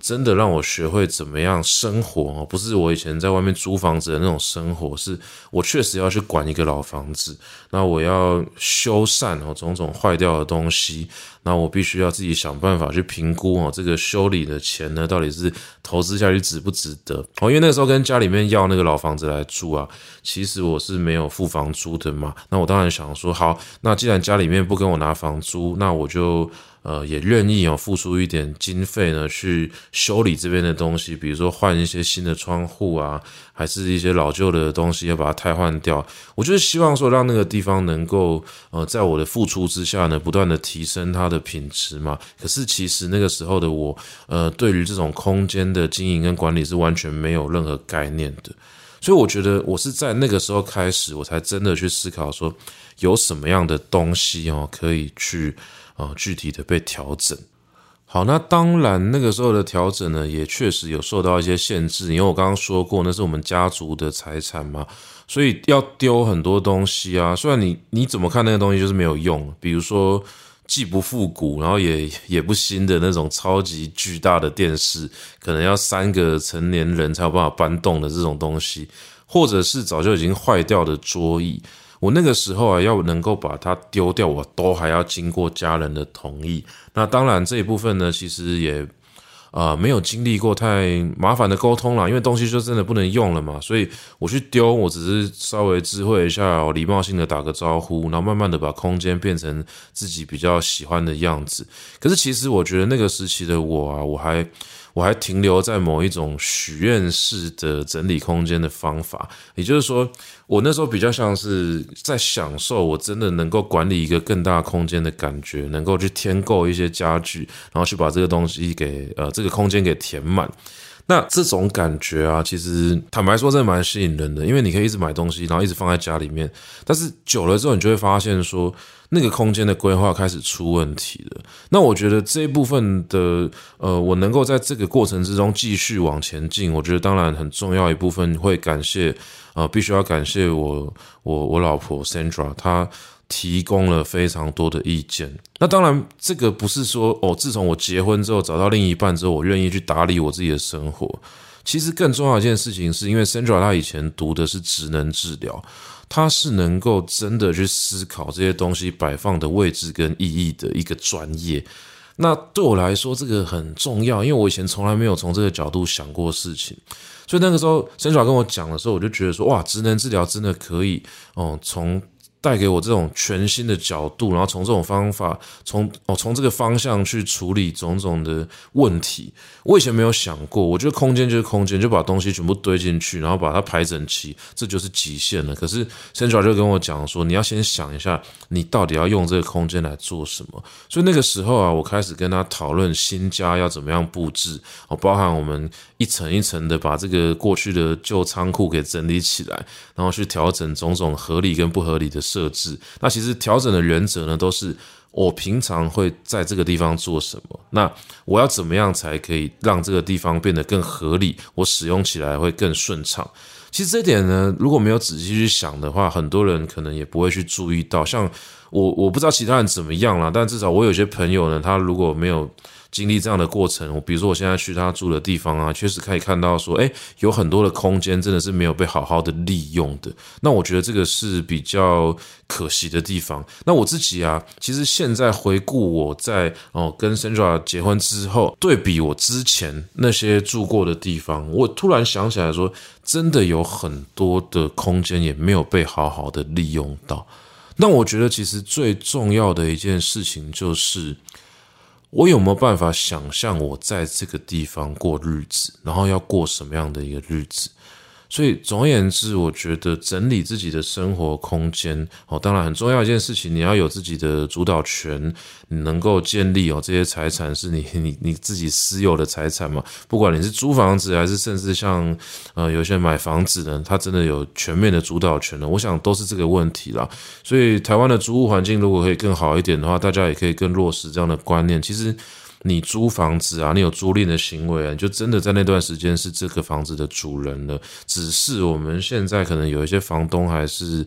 真的让我学会怎么样生活，不是我以前在外面租房子的那种生活，是我确实要去管一个老房子，那我要修缮种种坏掉的东西，那我必须要自己想办法去评估这个修理的钱呢，到底是投资下去值不值得。因为那个时候跟家里面要那个老房子来住啊，其实我是没有付房租的嘛，那我当然想说，好，那既然家里面不跟我拿房租，那我就也愿意付出一点经费呢，去修理这边的东西，比如说换一些新的窗户啊，还是一些老旧的东西要把它汰换掉。我就是希望说让那个地方能够在我的付出之下呢，不断的提升它的品质嘛。可是其实那个时候的我对于这种空间的经营跟管理是完全没有任何概念的。所以我觉得我是在那个时候开始，我才真的去思考说有什么样的东西可以去具体的被调整。好，那当然那个时候的调整呢，也确实有受到一些限制，因为我刚刚说过那是我们家族的财产嘛，所以要丢很多东西啊。虽然你怎么看那个东西就是没有用，比如说既不复古，然后也不新的那种超级巨大的电视，可能要3个成年人才有办法搬动的这种东西，或者是早就已经坏掉的桌椅。我那个时候啊，要能够把它丢掉，我都还要经过家人的同意。那当然这一部分呢，其实也没有经历过太麻烦的沟通啦，因为东西就真的不能用了嘛，所以我去丢，我只是稍微知会一下，礼貌性的打个招呼，然后慢慢的把空间变成自己比较喜欢的样子。可是其实我觉得那个时期的我啊，我还停留在某一种许愿式的整理空间的方法，也就是说，我那时候比较像是在享受我真的能够管理一个更大空间的感觉，能够去添购一些家具，然后去把这个东西给这个空间给填满。那这种感觉啊，其实坦白说真的蛮吸引人的，因为你可以一直买东西，然后一直放在家里面，但是久了之后，你就会发现说，那个空间的规划开始出问题了。那我觉得这一部分的我能够在这个过程之中继续往前进，我觉得当然很重要一部分会感谢必须要感谢我老婆 Sandra， 她提供了非常多的意见。那当然这个不是说自从我结婚之后找到另一半之后，我愿意去打理我自己的生活。其实更重要的一件事情是因为 Sandra 她以前读的是职能治疗，她是能够真的去思考这些东西摆放的位置跟意义的一个专业。那对我来说这个很重要，因为我以前从来没有从这个角度想过事情。所以那个时候 Sandra 跟我讲的时候，我就觉得说哇，职能治疗真的可以从带给我这种全新的角度，然后从这种方法，从这个方向去处理种种的问题。我以前没有想过，我觉得空间就是空间，就把东西全部堆进去，然后把它排整齐，这就是极限了。可是 Sandra 就跟我讲说，你要先想一下，你到底要用这个空间来做什么。所以那个时候啊，我开始跟他讨论新家要怎么样布置，包含我们一层一层的把这个过去的旧仓库给整理起来，然后去调整种种合理跟不合理的设置。那其实调整的原则呢，都是我平常会在这个地方做什么，那我要怎么样才可以让这个地方变得更合理，我使用起来会更顺畅。其实这点呢，如果没有仔细去想的话，很多人可能也不会去注意到。像我不知道其他人怎么样啦，但至少我有些朋友呢，他如果没有经历这样的过程，比如说我现在去他住的地方啊，确实可以看到说，有很多的空间真的是没有被好好的利用的。那我觉得这个是比较可惜的地方。那我自己啊，其实现在回顾我在跟 Sandra 结婚之后，对比我之前那些住过的地方，我突然想起来说，真的有很多的空间也没有被好好的利用到。那我觉得其实最重要的一件事情就是，我有没有办法想象我在这个地方过日子，然后要过什么样的一个日子。所以总而言之，我觉得整理自己的生活空间当然很重要一件事情，你要有自己的主导权，你能够建立这些财产是你自己私有的财产嘛，不管你是租房子还是甚至像有些人买房子呢，他真的有全面的主导权了，我想都是这个问题啦。所以台湾的租屋环境如果可以更好一点的话，大家也可以更落实这样的观念。其实你租房子啊，你有租赁的行为啊，你就真的在那段时间是这个房子的主人了。只是我们现在可能有一些房东还是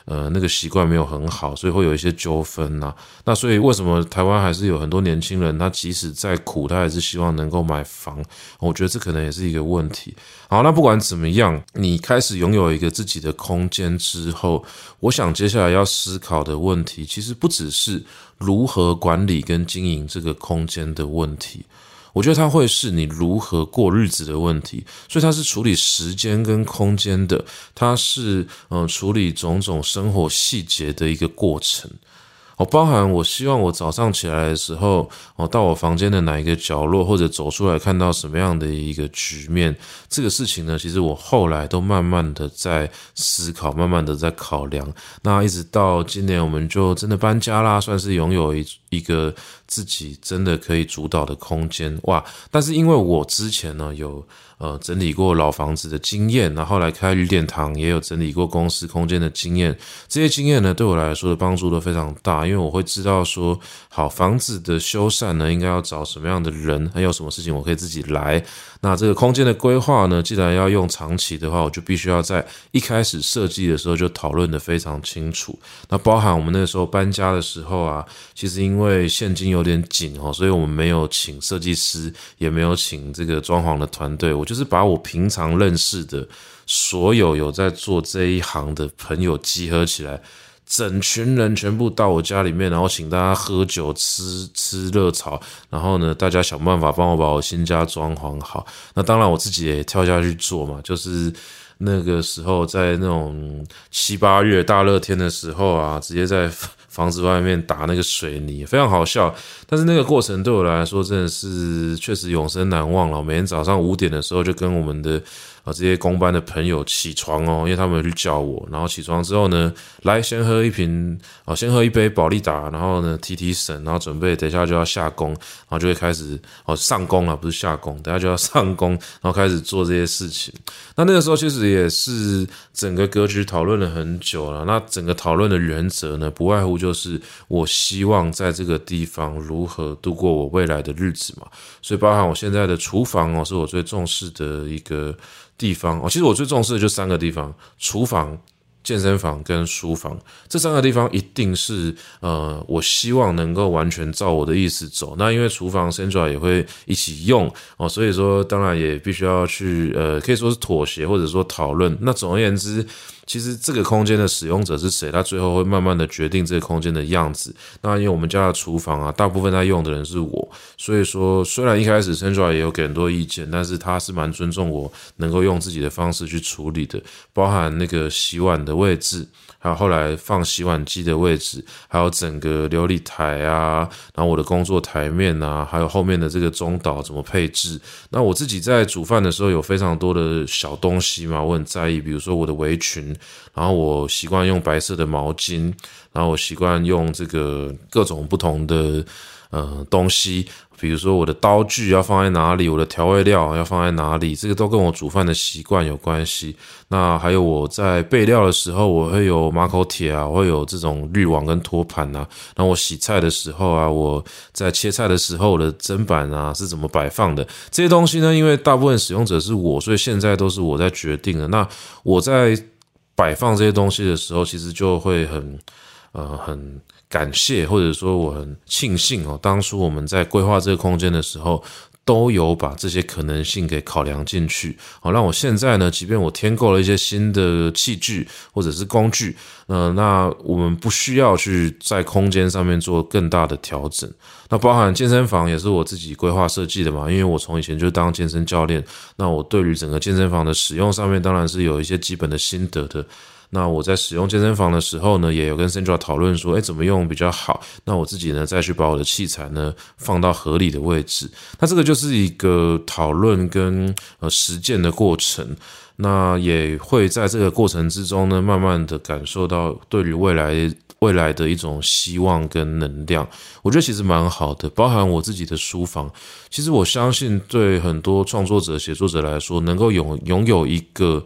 那个习惯没有很好，所以会有一些纠纷啊。那所以为什么台湾还是有很多年轻人，他即使再苦，他还是希望能够买房？我觉得这可能也是一个问题。好，那不管怎么样，你开始拥有一个自己的空间之后，我想接下来要思考的问题，其实不只是如何管理跟经营这个空间的问题。我觉得它会是你如何过日子的问题，所以它是处理时间跟空间的，它是处理种种生活细节的一个过程。包含我希望我早上起来的时候，到我房间的哪一个角落，或者走出来看到什么样的一个局面，这个事情呢，其实我后来都慢慢的在思考，慢慢的在考量。那一直到今年，我们就真的搬家啦，算是拥有一个自己真的可以主导的空间哇！但是因为我之前呢有整理过老房子的经验，然后后来开绿电堂也有整理过公司空间的经验，这些经验呢对我来说的帮助都非常大，因为我会知道说，好，房子的修缮呢应该要找什么样的人，还有什么事情我可以自己来。那这个空间的规划呢，既然要用长期的话，我就必须要在一开始设计的时候就讨论得非常清楚。那包含我们那个时候搬家的时候啊，其实因为现金有点紧所以我们没有请设计师，也没有请这个装潢的团队，我就是把我平常认识的所有在做这一行的朋友集合起来，整群人全部到我家里面，然后请大家喝酒吃热炒，然后呢大家想办法帮我把我新家装潢好。那当然我自己也跳下去做嘛，就是那个时候在那种7、8月大热天的时候啊，直接在房子外面打那个水泥，非常好笑。但是那个过程对我来说真的是确实永生难忘了。每天早上5点的时候就跟我们的这些工班的朋友起床因为他们去叫我，然后起床之后呢，来先喝一杯保利达，然后呢提神，然后准备等一下就要下工，然后就会开始上工了，不是下工，等一下就要上工，然后开始做这些事情。那个时候其实也是整个格局讨论了很久了。那整个讨论的原则呢，不外乎就是我希望在这个地方如何度过我未来的日子嘛。所以包含我现在的厨房是我最重视的一个地方其实我最重视的就3个地方：厨房、健身房跟书房。这3个地方一定是我希望能够完全照我的意思走。那因为厨房 Sandra 也会一起用所以说当然也必须要去可以说是妥协或者说讨论。那总而言之，其实这个空间的使用者是谁，他最后会慢慢的决定这个空间的样子。那因为我们家的厨房大部分在用的人是我，所以说虽然一开始 Sandra 也有给很多意见，但是他是蛮尊重我能够用自己的方式去处理的，包含那个洗碗的位置，还有后来放洗碗机的位置，还有整个流理台啊，然后我的工作台面啊，还有后面的这个中岛怎么配置。那我自己在煮饭的时候有非常多的小东西嘛，我很在意，比如说我的围裙，然后我习惯用白色的毛巾，然后我习惯用这个各种不同的东西，比如说我的刀具要放在哪里，我的调味料要放在哪里，这个都跟我煮饭的习惯有关系。那还有我在备料的时候，我会有马口铁啊，我会有这种滤网跟托盘啊。然后我洗菜的时候啊，我在切菜的时候，我的砧板啊是怎么摆放的，这些东西呢，因为大部分使用者是我，所以现在都是我在决定的。那我在摆放这些东西的时候，其实就会很感谢，或者说我很庆幸当初我们在规划这个空间的时候，都有把这些可能性给考量进去让我现在呢，即便我添购了一些新的器具或者是工具那我们不需要去在空间上面做更大的调整。那包含健身房也是我自己规划设计的嘛，因为我从以前就当健身教练，那我对于整个健身房的使用上面当然是有一些基本的心得的。那我在使用健身房的时候呢，也有跟 Sandra 讨论说怎么用比较好，那我自己呢再去把我的器材呢放到合理的位置。那这个就是一个讨论跟实践的过程，那也会在这个过程之中呢，慢慢的感受到对于未来的一种希望跟能量，我觉得其实蛮好的。包含我自己的书房，其实我相信对很多创作者写作者来说，能够拥有一个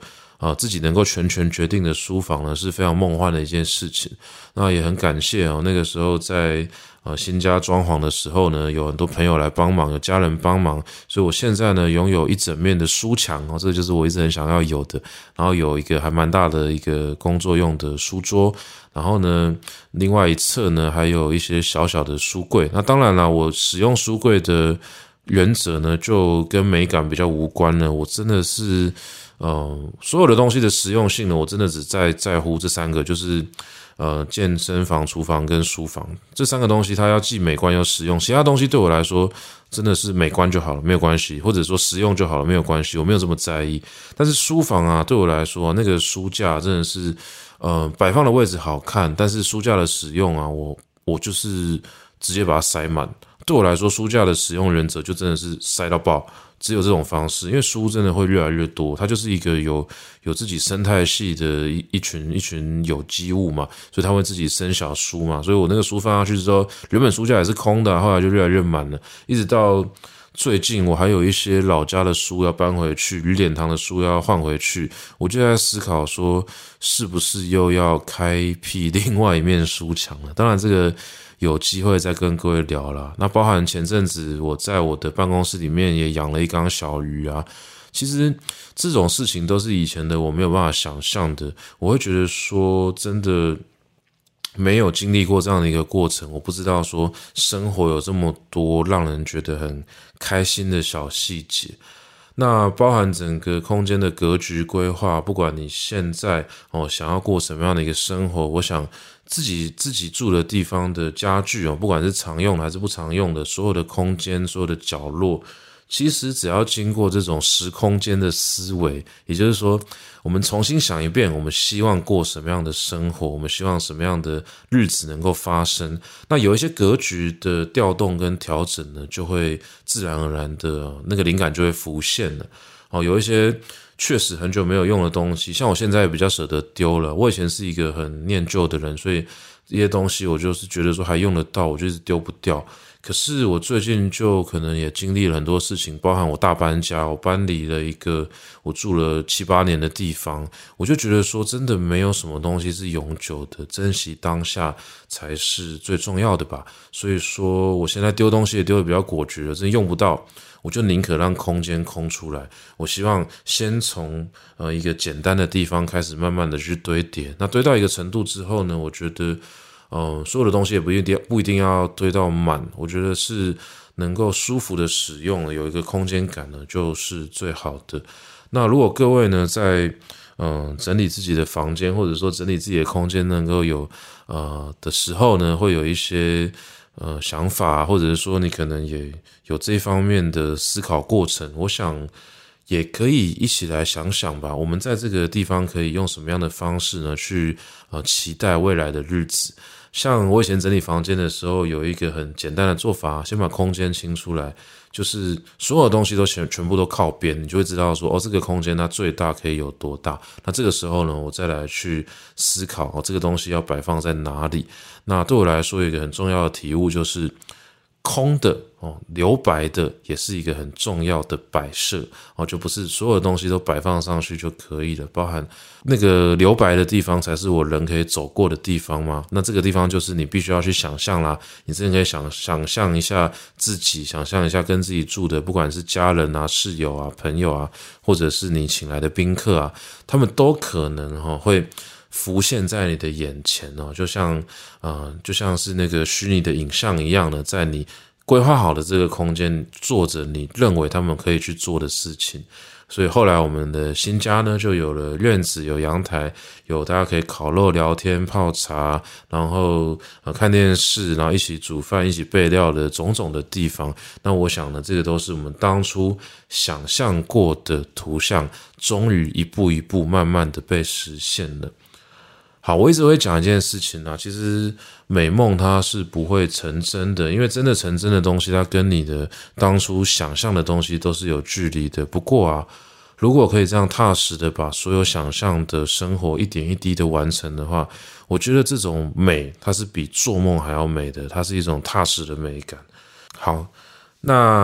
自己能够全权决定的书房呢，是非常梦幻的一件事情。那也很感谢那个时候在新家装潢的时候呢，有很多朋友来帮忙，有家人帮忙，所以我现在呢拥有一整面的书墙这个就是我一直很想要有的。然后有一个还蛮大的一个工作用的书桌，然后呢，另外一侧呢还有一些小小的书柜。那当然啦，我使用书柜的原则呢，就跟美感比较无关了。我真的是，所有的东西的实用性呢，我真的只在乎这3个，就是健身房、厨房跟书房这3个东西，它要既美观又实用。其他东西对我来说真的是美观就好了，没有关系，或者说实用就好了，没有关系，我没有这么在意。但是书房啊，对我来说，那个书架真的是，摆放的位置好看，但是书架的使用啊，我就是直接把它塞满。对我来说，书架的使用原则就真的是塞到爆，只有这种方式，因为书真的会越来越多，它就是一个有自己生态系的一群有机物嘛，所以它会自己生小书嘛，所以我那个书放下去之后，原本书架也是空的，后来就越来越满了，一直到最近我还有一些老家的书要搬回去，雨点堂的书要换回去，我就在思考说，是不是又要开辟另外一面书墙了？当然这个有机会再跟各位聊啦。那包含前阵子我在我的办公室里面也养了一缸小鱼啊，其实这种事情都是以前的我没有办法想象的。我会觉得说真的没有经历过这样的一个过程，我不知道说生活有这么多让人觉得很开心的小细节。那包含整个空间的格局规划，不管你现在想要过什么样的一个生活，我想自己住的地方的家具不管是常用的还是不常用的，所有的空间，所有的角落，其实只要经过这种时空间的思维，也就是说我们重新想一遍，我们希望过什么样的生活，我们希望什么样的日子能够发生，那有一些格局的调动跟调整呢，就会自然而然的那个灵感就会浮现了。有一些确实很久没有用的东西，像我现在也比较舍得丢了，我以前是一个很念旧的人，所以这些东西我就是觉得说还用得到，我就一直丢不掉。可是我最近就可能也经历了很多事情，包含我大搬家，我搬离了一个我住了7、8年的地方，我就觉得说真的没有什么东西是永久的，珍惜当下才是最重要的吧。所以说我现在丢东西也丢得比较果决了，真的用不到，我就宁可让空间空出来。我希望先从一个简单的地方开始慢慢的去堆叠，那堆到一个程度之后呢，我觉得所有的东西也不一定要堆到满，我觉得是能够舒服的使用，有一个空间感呢，就是最好的。那如果各位呢在整理自己的房间，或者说整理自己的空间能够有的时候呢，会有一些想法，或者是说你可能也有这方面的思考过程，我想也可以一起来想想吧，我们在这个地方可以用什么样的方式呢去期待未来的日子。像我以前整理房间的时候，有一个很简单的做法，先把空间清出来，就是所有东西都全部都靠边，你就会知道说这个空间它最大可以有多大。那这个时候呢，我再来去思考这个东西要摆放在哪里。那对我来说有一个很重要的体悟，就是空的留白的也是一个很重要的摆设就不是所有的东西都摆放上去就可以了，包含那个留白的地方才是我人可以走过的地方嘛。那这个地方就是你必须要去想象啦，你真的可以想象一下自己，想象一下跟自己住的，不管是家人啊、室友啊、朋友啊，或者是你请来的宾客啊，他们都可能会浮现在你的眼前就像是那个虚拟的影像一样的，在你规划好的这个空间做着你认为他们可以去做的事情。所以后来我们的新家呢，就有了院子，有阳台，有大家可以烤肉、聊天、泡茶，然后看电视，然后一起煮饭、一起备料的种种的地方。那我想呢，这个都是我们当初想象过的图像，终于一步一步慢慢的被实现了。好，我一直会讲一件事情其实美梦它是不会成真的，因为真的成真的东西，它跟你的当初想象的东西都是有距离的。不过如果可以这样踏实的把所有想象的生活一点一滴的完成的话，我觉得这种美它是比做梦还要美的，它是一种踏实的美感。好，那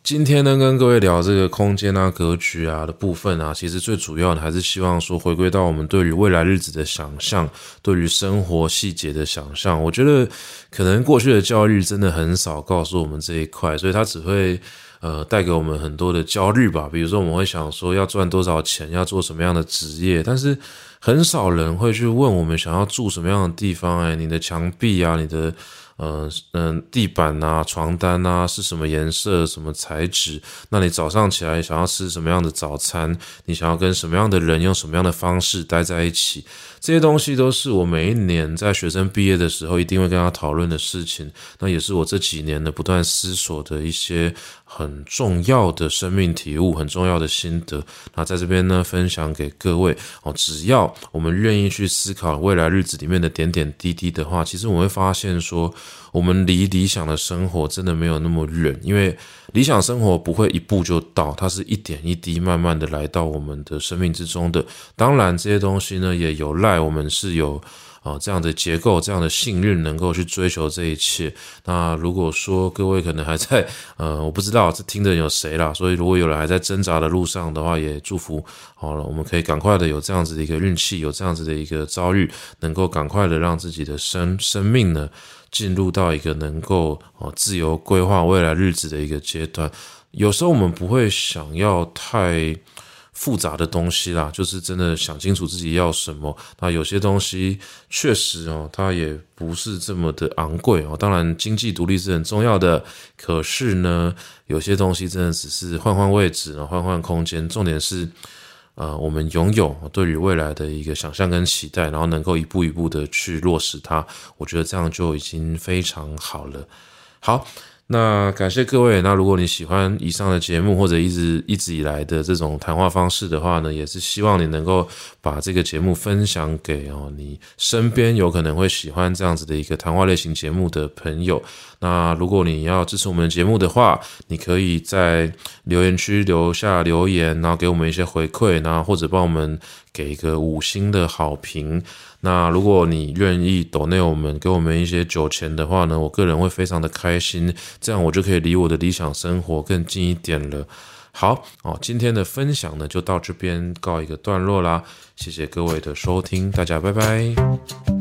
今天呢，跟各位聊这个空间啊、格局啊的部分啊，其实最主要的还是希望说，回归到我们对于未来日子的想象，对于生活细节的想象。我觉得可能过去的教育真的很少告诉我们这一块，所以它只会带给我们很多的焦虑吧。比如说，我们会想说要赚多少钱，要做什么样的职业，但是很少人会去问我们想要住什么样的地方。你的墙壁啊，你的地板啊、床单啊是什么颜色、什么材质？那你早上起来想要吃什么样的早餐？你想要跟什么样的人用什么样的方式待在一起？这些东西都是我每一年在学生毕业的时候一定会跟他讨论的事情。那也是我这几年的不断思索的一些很重要的生命体悟、很重要的心得。那在这边呢，分享给各位只要我们愿意去思考未来日子里面的点点滴滴的话，其实我们会发现说，我们离理想的生活真的没有那么远，因为理想生活不会一步就到，它是一点一滴慢慢的来到我们的生命之中的。当然这些东西呢，也有赖我们是有这样的结构、这样的幸运能够去追求这一切。那如果说各位可能还在我不知道这听的人有谁啦，所以如果有人还在挣扎的路上的话，也祝福好了，我们可以赶快的有这样子的一个运气，有这样子的一个遭遇，能够赶快的让自己的生命呢进入到一个能够自由规划未来日子的一个阶段。有时候我们不会想要太复杂的东西啦，就是真的想清楚自己要什么。那有些东西确实它也不是这么的昂贵当然经济独立是很重要的，可是呢，有些东西真的只是换换位置，换换空间，重点是我们拥有对于未来的一个想象跟期待，然后能够一步一步的去落实它，我觉得这样就已经非常好了。好，那感谢各位。那如果你喜欢以上的节目，或者一直以来的这种谈话方式的话呢，也是希望你能够把这个节目分享给你身边有可能会喜欢这样子的一个谈话类型节目的朋友。那如果你要支持我们的节目的话，你可以在留言区留下留言，然后给我们一些回馈，然后或者帮我们给一个5星的好评。那如果你愿意抖内我们，给我们一些酒钱的话呢，我个人会非常的开心，这样我就可以离我的理想生活更近一点了。好今天的分享呢就到这边告一个段落啦，谢谢各位的收听，大家拜拜。